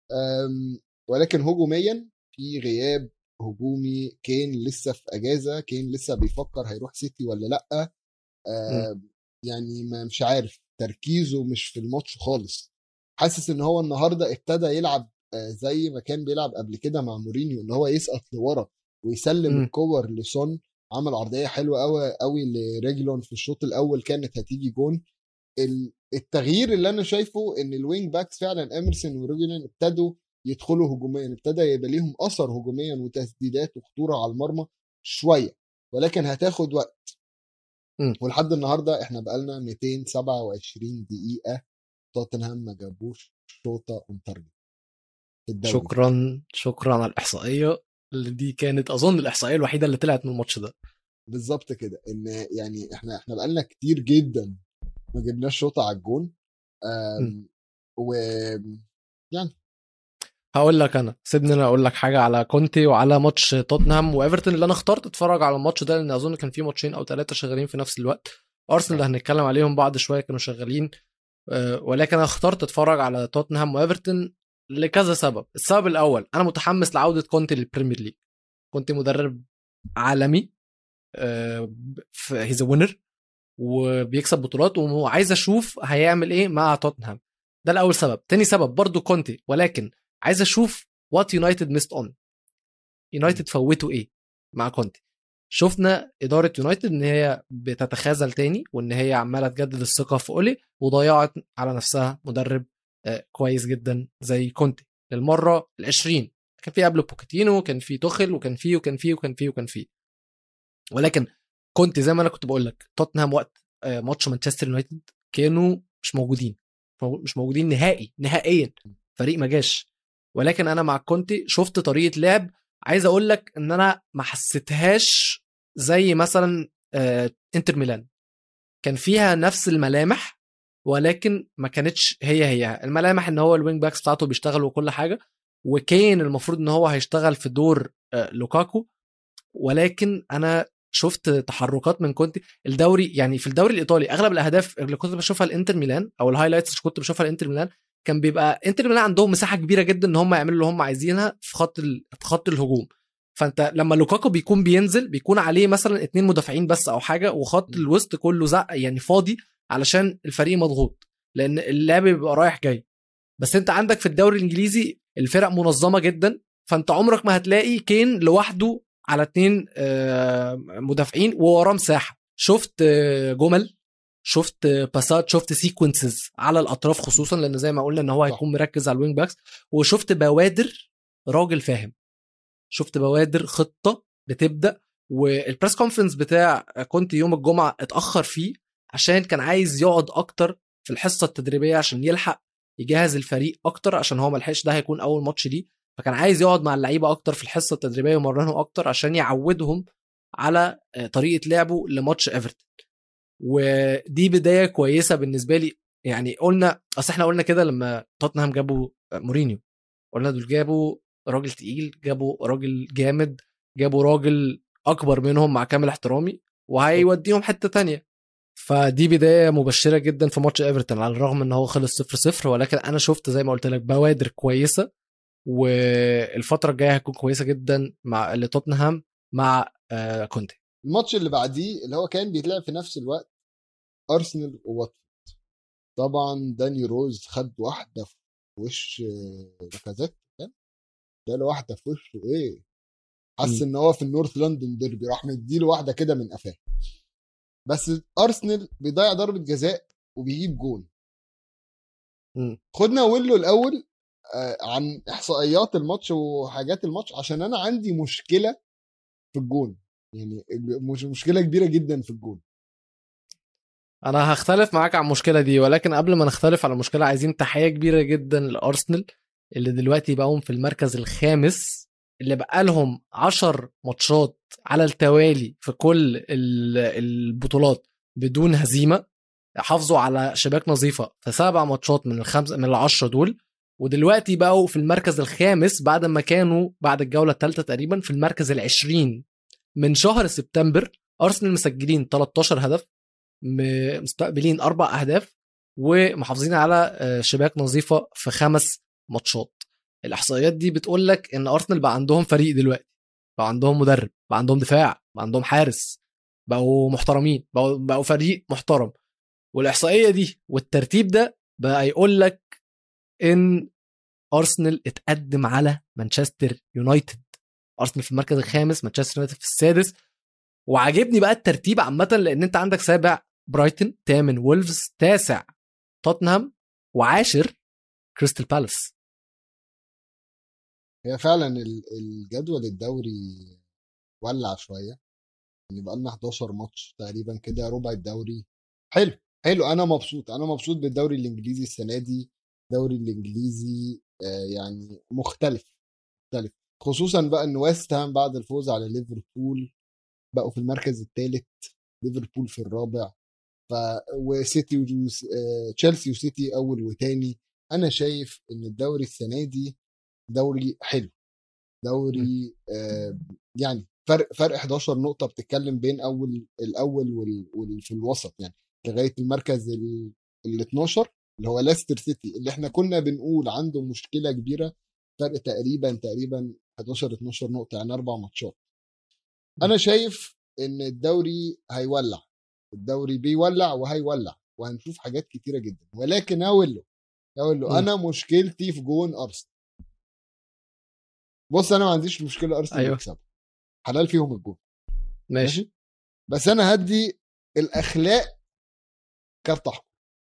ولكن هجوميا في غياب هجومي، كين لسه في اجازه، كين لسه بيفكر هيروح سيتي ولا لا. يعني ما مش عارف، تركيزه مش في الماتش خالص. حاسس ان هو النهارده ابتدى يلعب زي ما كان بيلعب قبل كده مع مورينيو، ان هو يسقط لورا ويسلم الكور لسون. عمل عرضيه حلوه قوي قوي لريجلون في الشوط الاول، كانت هتيجي جون. التغيير اللي انا شايفه ان الوينج باكس فعلا اميرسون وريجلون ابتدوا يدخلوا هجوميا، ابتدى يبقى ليهم اثر هجوميا وتسديدات وخطوره على المرمى شويه، ولكن هتاخد وقت. ولحد النهارده احنا بقالنا 227 دقيقه توتنهام ما جابوش شوطه اون تارجت في الدوري. شكرا على الاحصائيه اللي دي كانت اظن الاحصائيه الوحيده اللي طلعت من الماتش ده. بالظبط كده، ان يعني احنا بقالنا كتير جدا ما جبناش شوطه على الجون. و يعني هقول لك، انا سيبني انا اقول لك حاجه على كونتي وعلى ماتش توتنهام وايفرتون اللي انا اخترت اتفرج على الماتش ده، لان اظن كان في ماتشين او 3 شغالين في نفس الوقت. ارسنال اللي هنتكلم عليهم بعد شويه كانوا شغالين، ولكن انا اخترت اتفرج على توتنهام وايفرتون لكذا سبب. السبب الاول، انا متحمس لعوده كونتي للبريمير ليج. كونتي مدرب عالمي، هيز وينر وبيكسب بطولات، وعايز اشوف هيعمل ايه مع توتنهام. ده الاول سبب. تاني سبب برضو كونتي، ولكن عايز اشوف وات يونايتد ميست اون. يونايتد فوتوا ايه مع كونتي؟ شفنا اداره يونايتد ان هي بتتخاذل تاني، وان هي عماله تجدد الثقه في اولي، وضيعت على نفسها مدرب كويس جدا زي كونتي للمره ال20. كان في قبل بوكيتينو، كان في توخل، وكان في ولكن كنت زي ما انا كنت بقول لك، توتنهام وقت ماتش مانشستر يونايتد كانوا مش موجودين نهائيا. فريق ما جاش. ولكن انا مع كونتي شفت طريقه لعب، عايز اقول لك ان انا ما حسيتهاش زي مثلا انتر ميلان. كان فيها نفس الملامح، ولكن ما كانتش هي الملامح، ان هو الوينج باكس بتاعته بيشتغل وكل حاجه، وكان المفروض ان هو هيشتغل في دور لوكاكو. ولكن انا شفت تحركات من كونتي. الدوري يعني في الدوري الايطالي اغلب الاهداف اللي كنت بشوفها الانتر ميلان، او الهايلايتس اللي كنت بشوفها الانتر ميلان، كان بيبقى انتر ميلان عندهم مساحه كبيره جدا ان هم يعملوا اللي هم عايزينها في خط الهجوم. فانت لما لوكاكو بيكون بينزل، بيكون عليه مثلا 2 مدافعين بس او حاجه، وخط الوسط كله زق يعني فاضي، علشان الفريق مضغوط، لان اللعب بيبقى رايح جاي. بس انت عندك في الدوري الانجليزي الفرق منظمه جدا، فانت عمرك ما هتلاقي كين لوحده على 2 مدافعين ووراه مساحه. شفت جمل، شفت باسات، شفت سيكونسز على الاطراف، خصوصا لان زي ما قلنا ان هو هيكون مركز على الوينج باكس. وشفت بوادر راجل فاهم، شفت بوادر خطه بتبدا. والبريس كونفرنس بتاع كونتي يوم الجمعه اتاخر فيه عشان كان عايز يقعد اكتر في الحصه التدريبيه عشان يلحق يجهز الفريق اكتر، عشان هو ملحقش، ده هيكون اول ماتش ليه، فكان عايز يقعد مع اللعيبه اكتر في الحصه التدريبيه ويمرنهم اكتر عشان يعودهم على طريقه لعبه لماتش ايفرتون. ودي بدايه كويسه بالنسبه لي. يعني احنا قلنا كده لما توتنهام جابوا مورينيو، قلنا دول جابوا راجل تقيل، جابوا راجل جامد، جابوا راجل اكبر منهم مع كامل احترامي وهيوديهم حته تانية. فدي بدايه مبشره جدا في ماتش ايفرتون على الرغم ان هو خلص 0-0، ولكن انا شفت زي ما قلت لك بوادر كويسه، والفتره الجايه هتكون كويسه جدا مع توتنهام مع كونتي. الماتش اللي بعديه اللي هو كان بيتلعب في نفس الوقت ارسنال وواتفورد، طبعا داني روز خد واحده في وش لاكازيت، ده له واحده في وشه ايه، حس ان هو في النورث لندن ديربي، راح مديله واحده كده من قفاه. بس ارسنال بيضيع ضربه جزاء وبيجيب جون. خدنا ويلو الاول عن احصائيات الماتش وحاجات الماتش، عشان انا عندي مشكله في الجون، يعني مش مشكله كبيره جدا في الجون. انا هختلف معاك على المشكله دي، ولكن قبل ما نختلف على المشكله عايزين تحيه كبيره جدا لارسنال اللي دلوقتي بقوا في المركز الخامس، اللي بقى لهم 10 ماتشات على التوالي في كل البطولات بدون هزيمه، حافظوا على شباك نظيفه في 7 ماتشات من من ال10 دول، ودلوقتي بقوا في المركز الخامس بعد ما كانوا بعد الجوله الثالثه تقريبا في المركز ال20 من شهر سبتمبر. ارسنال مسجلين 13 هدف، مستقبلين 4 أهداف، ومحافظين على شباك نظيفة في 5 ماتشات. الإحصائيات دي بتقول لك إن أرسنال بقى عندهم فريق دلوقتي، بقى عندهم مدرب، بقى عندهم دفاع، بقى عندهم حارس، بقوا محترمين، بقوا فريق محترم. والإحصائية دي والترتيب ده بقى يقول لك إن أرسنال اتقدم على مانشستر يونايتد. أرسنال في المركز الخامس، مانشستر يونايتد في السادس. وعجبني بقى الترتيب عامة، لأن أنت عندك 7 برايتن، 8 وولفز، 9 توتنهام، و10 كريستال بالاس. هي فعلا الجدول الدوري ولع شويه، يعني بقى لنا 11 ماتش تقريبا كده، ربع الدوري. حلو حلو، انا مبسوط، انا مبسوط بالدوري الانجليزي السنه دي. الدوري الانجليزي يعني مختلف، خصوصا بقى ان ويست هام بعد الفوز على ليفربول بقوا في المركز الثالث، ليفربول في الرابع، وسيتي تشيلسي وسيتي اول وتاني. انا شايف ان الدوري السنه دي دوري حلو، دوري يعني فرق 11 نقطه، بتتكلم بين الاول في الوسط يعني لغايه المركز ال 12 اللي هو ليستر سيتي، اللي احنا كنا بنقول عنده مشكله كبيره، فرق تقريبا 11 12 نقطه، يعني 4 ماتشات. انا شايف ان الدوري هيولع، الدوري بيولع وهيولع، وهنشوف حاجات كتيره جدا. ولكن اقول له انا مشكلتي في جون ارسنال. بص انا ما عنديش مشكله ارسنال أيوه. يكسب، حلال فيهم الجون، ماشي. بس انا هدي الاخلاق كارت احمر.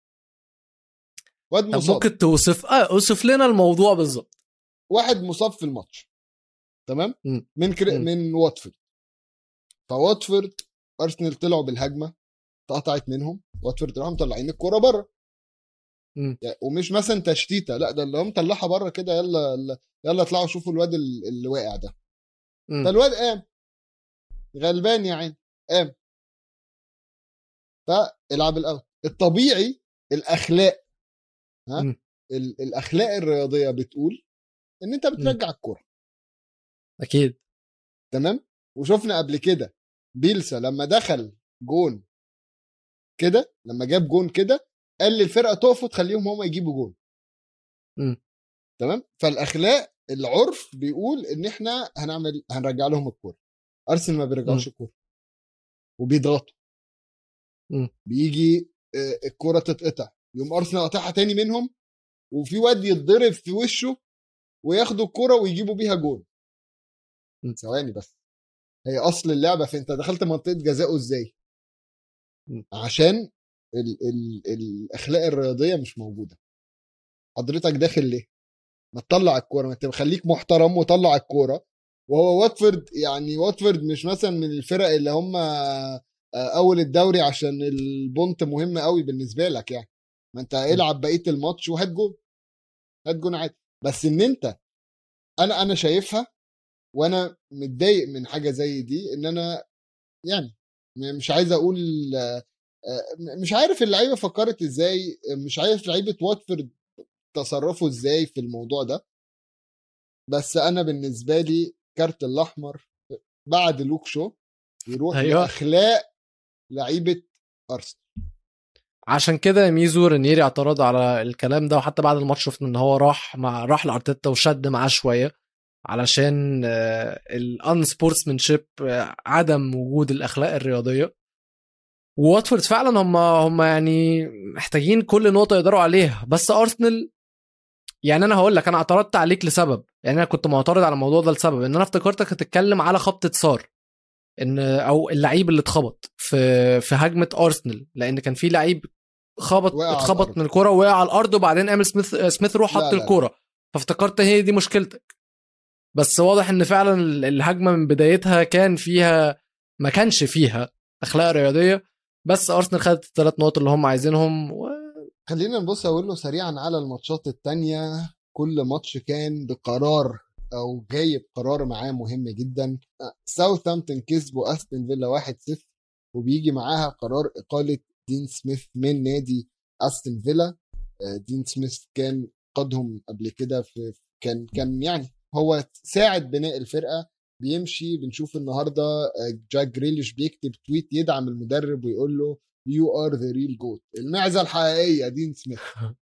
واد طب مصاب، ممكن اوصف لنا الموضوع بالظبط. واحد مصاب في الماتش، تمام، من واتفورد. فواتفورد ارسنال طلعوا بالهجمه، اتقطعت منهم، واتفورد راحوا مطلعين الكوره بره، ومش مثلا تشتيته، لا ده اللي هم طلعها بره كده، يلا يلا اطلعوا شوفوا الواد اللي واقع ده. فالواد قام غلبان يا عين، قام، فالعب الاول. الطبيعي الاخلاق، ها، الاخلاق الرياضيه بتقول ان انت بترجع الكوره، اكيد، تمام. وشفنا قبل كده بيلسا لما دخل جون كده، لما جاب جون كده، قال للفرقه تقف وتخليهم هم يجيبوا جون، تمام. فالاخلاق العرف بيقول ان احنا هنرجع لهم الكوره. ارسنال ما بيرجعوش الكوره وبيضغطوا، بيجي الكوره تتقطع، يوم ارسنال قاطعها تاني منهم، وفي واد يتضرب في وشه وياخدوا الكوره ويجيبوا بيها جون. ثواني بس، هي اصل اللعبه فانت دخلت منطقه جزاءه ازاي؟ عشان الاخلاق الرياضيه مش موجوده. حضرتك داخل ليه؟ ما تطلع الكوره، ما تخليك محترم وطلع الكوره. وهو واتفورد، يعني واتفورد مش مثلا من الفرق اللي هم اول الدوري عشان البونت مهم قوي بالنسبه لك يعني. ما انت العب بقيه الماتش وهات جون، هات جون عادي. بس ان انت انا شايفها، وانا متضايق من حاجه زي دي، ان انا يعني مش عايز اقول مش عارف اللعيبه فكرت ازاي، مش عارف لعيبه واتفورد تصرفوا ازاي في الموضوع ده. بس انا بالنسبه لي كارت الاحمر بعد لوك شو يروح ايوه، لاخلاق لعيبه ارسنال. عشان كده ميزو رينيري اعترض على الكلام ده، وحتى بعد الماتش شفنا ان هو راح لارتيتا وشد معاه شويه علشان الان سبورتسمانشيب، عدم وجود الاخلاق الرياضيه. وواتفورد فعلا هم يعني محتاجين كل نقطه يقدروا عليها. بس ارسنال، يعني انا هقول لك، انا اعترضت عليك لسبب، يعني انا كنت معترض على الموضوع ده لسبب ان انا افتكرتك هتتكلم على خبطه صار، ان او اللعيب اللي اتخبط في هجمه ارسنال، لان كان في لعيب وقع على اتخبط الارض. من الكوره ووقع على الارض، وبعدين ايميل سميث روح لا حط لا لا الكوره. فافتكرت هي دي مشكلتك. بس واضح ان فعلا الهجمه من بدايتها ما كانش فيها اخلاق رياضيه. بس ارسنال خدت الثلاث نقط اللي هم عايزينهم خلينا نبص اقول له سريعا على الماتشات التانية. كل ماتش كان بقرار او جايب قرار معاه مهم جدا. ساوثهامبتون كسبوا استون فيلا 1-0، وبيجي معاها قرار اقاله دين سميث من نادي استون فيلا. دين سميث كان قادهم قبل كده كان يعني هو ساعد بناء الفرقه. بيمشي بنشوف النهارده جاك جريليش بيكتب تويت يدعم المدرب ويقول له يو ار ذا ريل جوت، المعزه الحقيقيه دين سميث.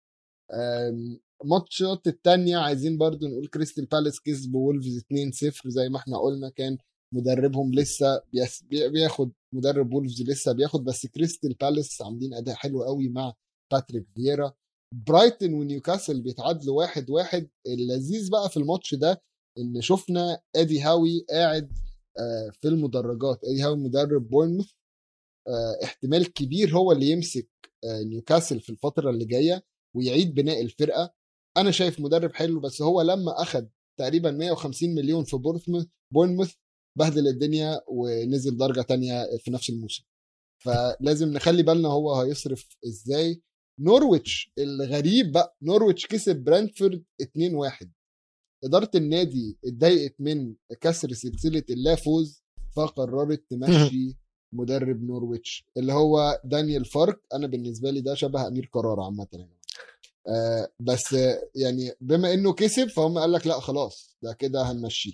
ماتشات التانية عايزين برضو نقول كريستال بالاس كسب وولفز 2-0 زي ما احنا قلنا. كان مدربهم لسه بياخد، مدرب وولفز لسه بياخد، بس كريستال بالاس عاملين اداء حلو قوي مع باتريك فييرا. برايتون ونيوكاسل بيتعادلوا 1-1. اللذيذ بقى في الماتش ده ان شفنا ادي هاوي قاعد في المدرجات. ادي هاوي مدرب بورنموث، احتمال كبير هو اللي يمسك نيوكاسل في الفترة اللي جاية ويعيد بناء الفرقة. أنا شايف مدرب حلو، بس هو لما أخد تقريبا 150 مليون في بورنموث بهدل الدنيا ونزل درجة تانية في نفس الموسم. فلازم نخلي بالنا هو هيصرف ازاي. نورويتش الغريب بقى، نورويتش كسب برانتفورد 2-1. إدارة النادي اتضايقت من كسر سلسلة اللا فوز، فقررت تمشي مدرب نورويتش اللي هو دانيال فارك. انا بالنسبه لي ده شبه امير قرار عامه يا جماعه. بس يعني بما انه كسب فهم قال لك لا خلاص ده كده هنمشيه.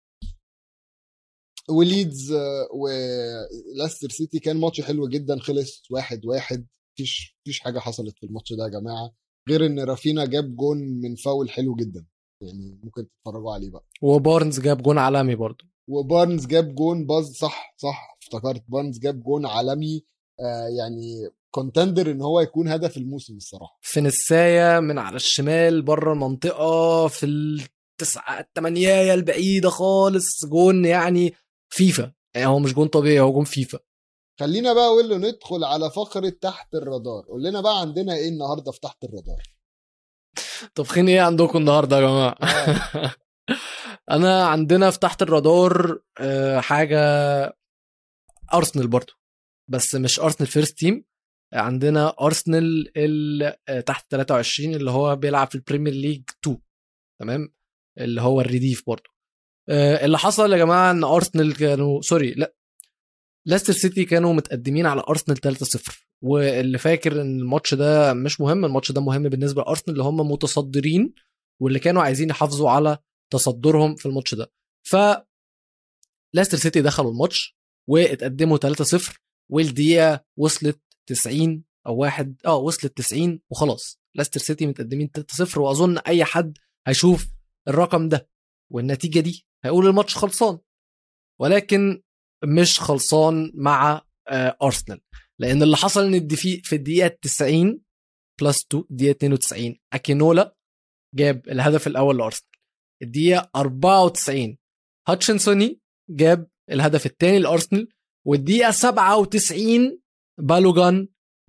وليدز ولاستر سيتي كان ماتش حلو جدا، خلص 1-1. مفيش حاجه حصلت في الماتش ده يا جماعه، غير ان رافينا جاب جون من فاول حلو جدا، يعني ممكن تتفرجوا عليه بقى. وبارنز جاب جون عالمي برضو. وبارنز جاب جون باز، صح افتكرت بارنز جاب جون عالمي. يعني كونتندر ان هو يكون هدف الموسم الصراحه. في نساية من على الشمال بره المنطقة، في التمانية البعيدة خالص، جون يعني فيفا، يعني هو مش جون طبيعي، هو جون فيفا. خلينا بقى اقول له ندخل على فقره تحت الرادار. قول لنا بقى عندنا ايه النهارده في تحت الرادار. طبخين ايه عندكم النهارده يا جماعة؟ اه انا عندنا في تحت الرادار حاجة ارسنال برضو، بس مش ارسنال فيرست تيم. عندنا ارسنال تحت 23 اللي هو بيلعب في البريمير ليج 2، تمام، اللي هو الرديف برضو. اللي حصل يا جماعه ان ارسنال كانوا لا، لاستر سيتي كانوا متقدمين على ارسنال 3-0. واللي فاكر ان الماتش ده مش مهم، الماتش ده مهم بالنسبه لارسنال اللي هم متصدرين، واللي كانوا عايزين يحافظوا على تصدرهم في الماتش ده. ف لاستر سيتي دخلوا الماتش واتقدموا 3-0، والدقيقه وصلت 90 او واحد وصلت 90 وخلاص لاستر سيتي متقدمين 3-0. واظن اي حد هيشوف الرقم ده والنتيجه دي هيقول الماتش خلصان، ولكن مش خلصان مع ارسنال. لان اللي حصل ان في الدقيقه 90 بلس 2 الدقيقه 92 اكينولا جاب الهدف الاول لارسنال. الدقيقه 94 هاتشنسوني جاب الهدف الثاني لارسنال. والدقيقه 97 بالوغان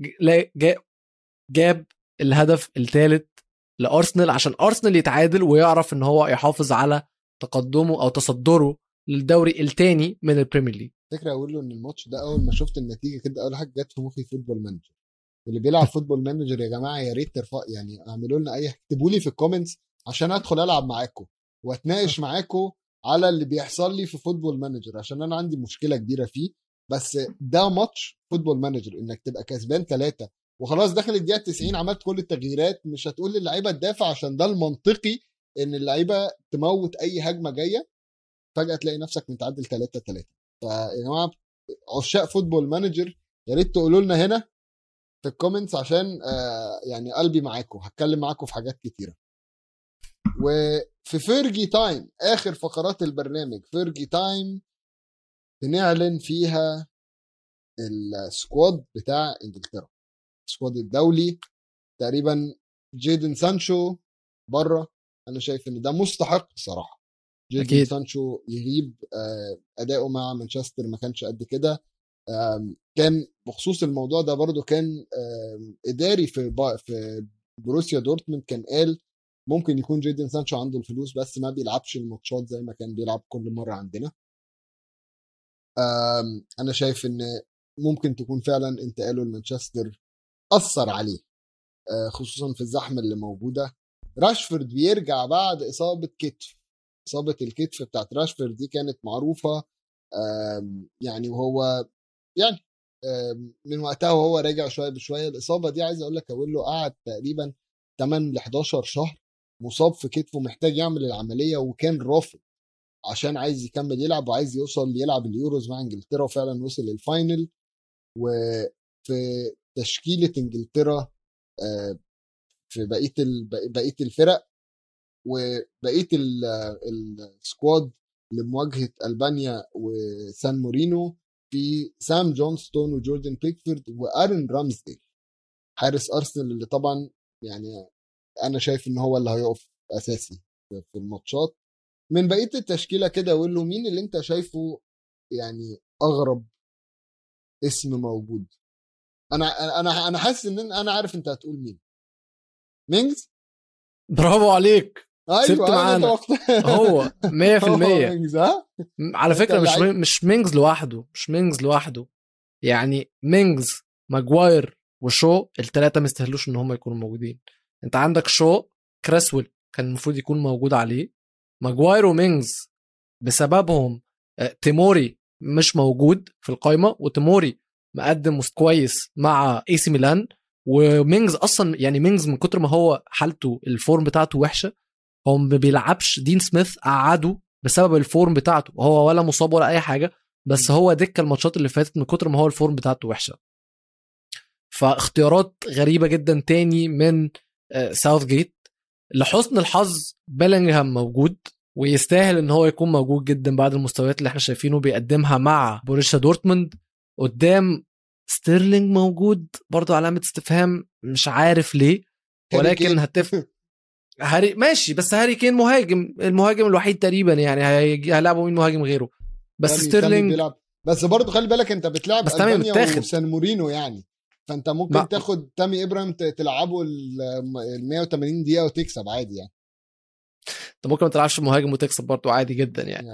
جاب الهدف الثالث لارسنال، عشان ارسنال يتعادل ويعرف ان هو يحافظ على تقدمه او تصدره للدوري الثاني من البريمير ليج. فكره اقول له ان الماتش ده اول ما شفت النتيجه كده اول حاجه جت في مخي فوتبول مانجر. واللي بيلعب فوتبول مانجر يا جماعه يا ريت ترفع، يعني اعملوا لنا اكتبوا لي في الكومنتس عشان ادخل العب معاكم. واتناقش معاكم على اللي بيحصل لي في فوتبول مانجر، عشان انا عندي مشكله كبيره فيه. بس ده ماتش فوتبول مانجر، انك تبقى كسبان 3 وخلاص داخل الدقيقه 90 عملت كل التغييرات، مش هتقول للعيبه تدافع عشان ده المنطقي ان اللعيبه تموت اي هجمه جايه، فجاه تلاقي نفسك متعدل 3-3. فيا جماعه عشاق فوتبول مانجر يا ريت تقولوا لنا هنا في الكومنتس، عشان يعني قلبي معاكم، هتكلم معاكم في حاجات كتيره. وفي فيرجي تايم، اخر فقرات البرنامج فيرجي تايم، بنعلن فيها السكواد بتاع انجلترا، السكواد الدولي. تقريبا جيدن سانشو بره، انا شايف ان ده مستحق صراحه. جيدن أكيد. سانشو يغيب، اداؤه مع مانشستر ما كانش قد كده. كان بخصوص الموضوع ده برضو كان اداري في بروسيا دورتموند كان قال ممكن يكون جيدن سانشو عنده الفلوس بس ما بيلعبش الماتشات زي ما كان بيلعب كل مره عندنا. انا شايف ان ممكن تكون فعلا انتقاله لمانشستر اثر عليه، خصوصا في الزحمه اللي موجوده. راشفورد بيرجع بعد اصابه كتف، اصابه الكتف بتاعت راشفورد دي كانت معروفه يعني، وهو يعني من وقتها وهو راجع شويه بشويه. الاصابه دي عايز اقول لك له قعد تقريبا 8 ل 11 شهر مصاب في كتفه، محتاج يعمل العمليه، وكان رافض عشان عايز يكمل يلعب وعايز يوصل يلعب اليوروز مع انجلترا، وفعلا وصل للفاينل. وفي تشكيله انجلترا في بقيه الفرق وبقيه السكواد لمواجهه البانيا وسان مورينو، في سام جونستون وجوردن بيكفورد وارن رامزديل حارس ارسنال، اللي طبعا يعني انا شايف ان هو اللي هيقف اساسي في الماتشات. من بقيه التشكيله كده اقول له مين اللي انت شايفه يعني اغرب اسم موجود؟ انا حاسس ان انا عارف انت هتقول مين. مينجز. برافو عليك. سبت ايوه انا معانا. توقعت هو 100%. مينجز. ها على انت فكره اللعيب. مش مينجز لوحده، مش مينجز لوحده. يعني مينجز، ماجواير، وشو، الثلاثه ما يستاهلوش ان هم يكونوا موجودين. انت عندك شو، كراسويل كان المفروض يكون موجود عليه. ماجواير ومينجز بسببهم تيموري مش موجود في القائمه، وتيموري مقدم كويس مع اي سي ميلان. ومينجز اصلا يعني مينجز من كتر ما هو حالته الفورم بتاعته وحشه، هو ما بيلعبش. دين سميث قعده بسبب الفورم بتاعته، هو ولا مصاب ولا اي حاجه، بس هو دكه الماتشات اللي فاتت من كتر ما هو الفورم بتاعته وحشه. فاختيارات غريبه جدا تاني من ساوث جيت. لحسن الحظ بيلينغهام موجود، ويستاهل ان هو يكون موجود جدا بعد المستويات اللي احنا شايفينه بيقدمها مع بوريشيا دورتموند. قدام ستيرلينج موجود برضو علامه استفهام، مش عارف ليه، ولكن هتفق. هاري ماشي، بس هاري كين مهاجم، المهاجم الوحيد تقريبا، يعني هيلعبوا مين مهاجم غيره؟ بس تامي ستيرلينج. بيلعب، بس برضه خلي بالك انت بتلعب بس تامي البانيا متاخد. وسان مورينو يعني، فانت ممكن ما تاخد تامي ابراهيم تلعبه ال 180 دقيقه وتكسب عادي يعني. انت ممكن ما تلعبش مهاجم وتكسب برضو عادي جدا يعني.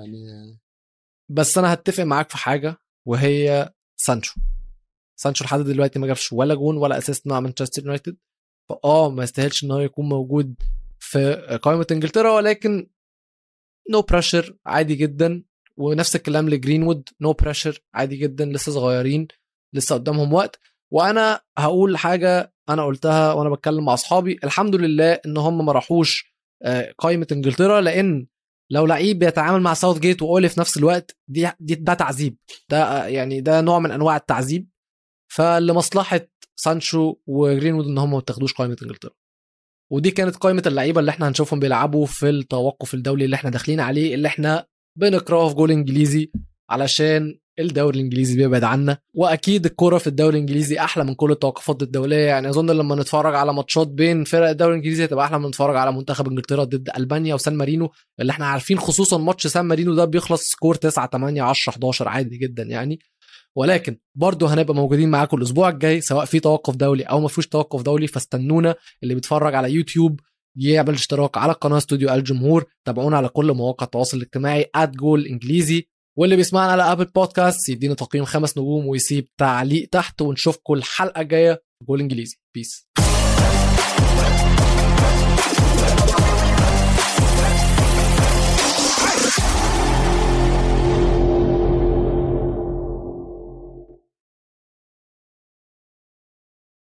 بس انا هتفق معاك في حاجه، وهي سانشو لحد دلوقتي ما جابش ولا جون ولا اسيست مع مانشستر يونايتد، ما يستاهلش ان هو يكون موجود في قائمه انجلترا، ولكن نو بريشر عادي جدا. ونفس الكلام لجرينوود، نو بريشر عادي جدا، لسه صغيرين، لسه قدامهم وقت. وانا هقول حاجه انا قلتها وانا بتكلم مع اصحابي، الحمد لله ان هم ما راحوش قائمه انجلترا، لان لو لعيب بيتعامل مع ساوث جيت واولي في نفس الوقت ده تعذيب، ده يعني ده نوع من انواع التعذيب. فلمصلحه سانشو وجرينوود ان هم ما تاخدوش قائمه انجلترا. ودي كانت قائمه اللعيبه اللي احنا هنشوفهم بيلعبوا في التوقف الدولي اللي احنا داخلين عليه، اللي احنا بنكرهه في جول انجليزي علشان الدوري الانجليزي بيبعد عنا. واكيد الكرة في الدوري الانجليزي احلى من كل التوقفات الدوليه، يعني اظن لما نتفرج على ماتشات بين فرق الدوري الانجليزي هتبقى احلى من نتفرج على منتخب انجلترا ضد البانيا وسان مارينو، اللي احنا عارفين خصوصا ماتش سان مارينو ده بيخلص سكور 9 8 10 11 عادي جدا يعني. ولكن برضو هنبقى موجودين معاكم الاسبوع الجاي سواء في توقف دولي او ما فيش توقف دولي، فاستنونا. اللي بيتفرج على يوتيوب يعمل اشتراك على القناه استوديو الجمهور، تابعونا على كل مواقع التواصل الاجتماعي @جول_انجليزي، واللي بيسمعنا على ابل بودكاست يدينا تقييم 5 نجوم ويسيب تعليق تحت، ونشوفكم الحلقه الجايه جول انجليزي. بيس.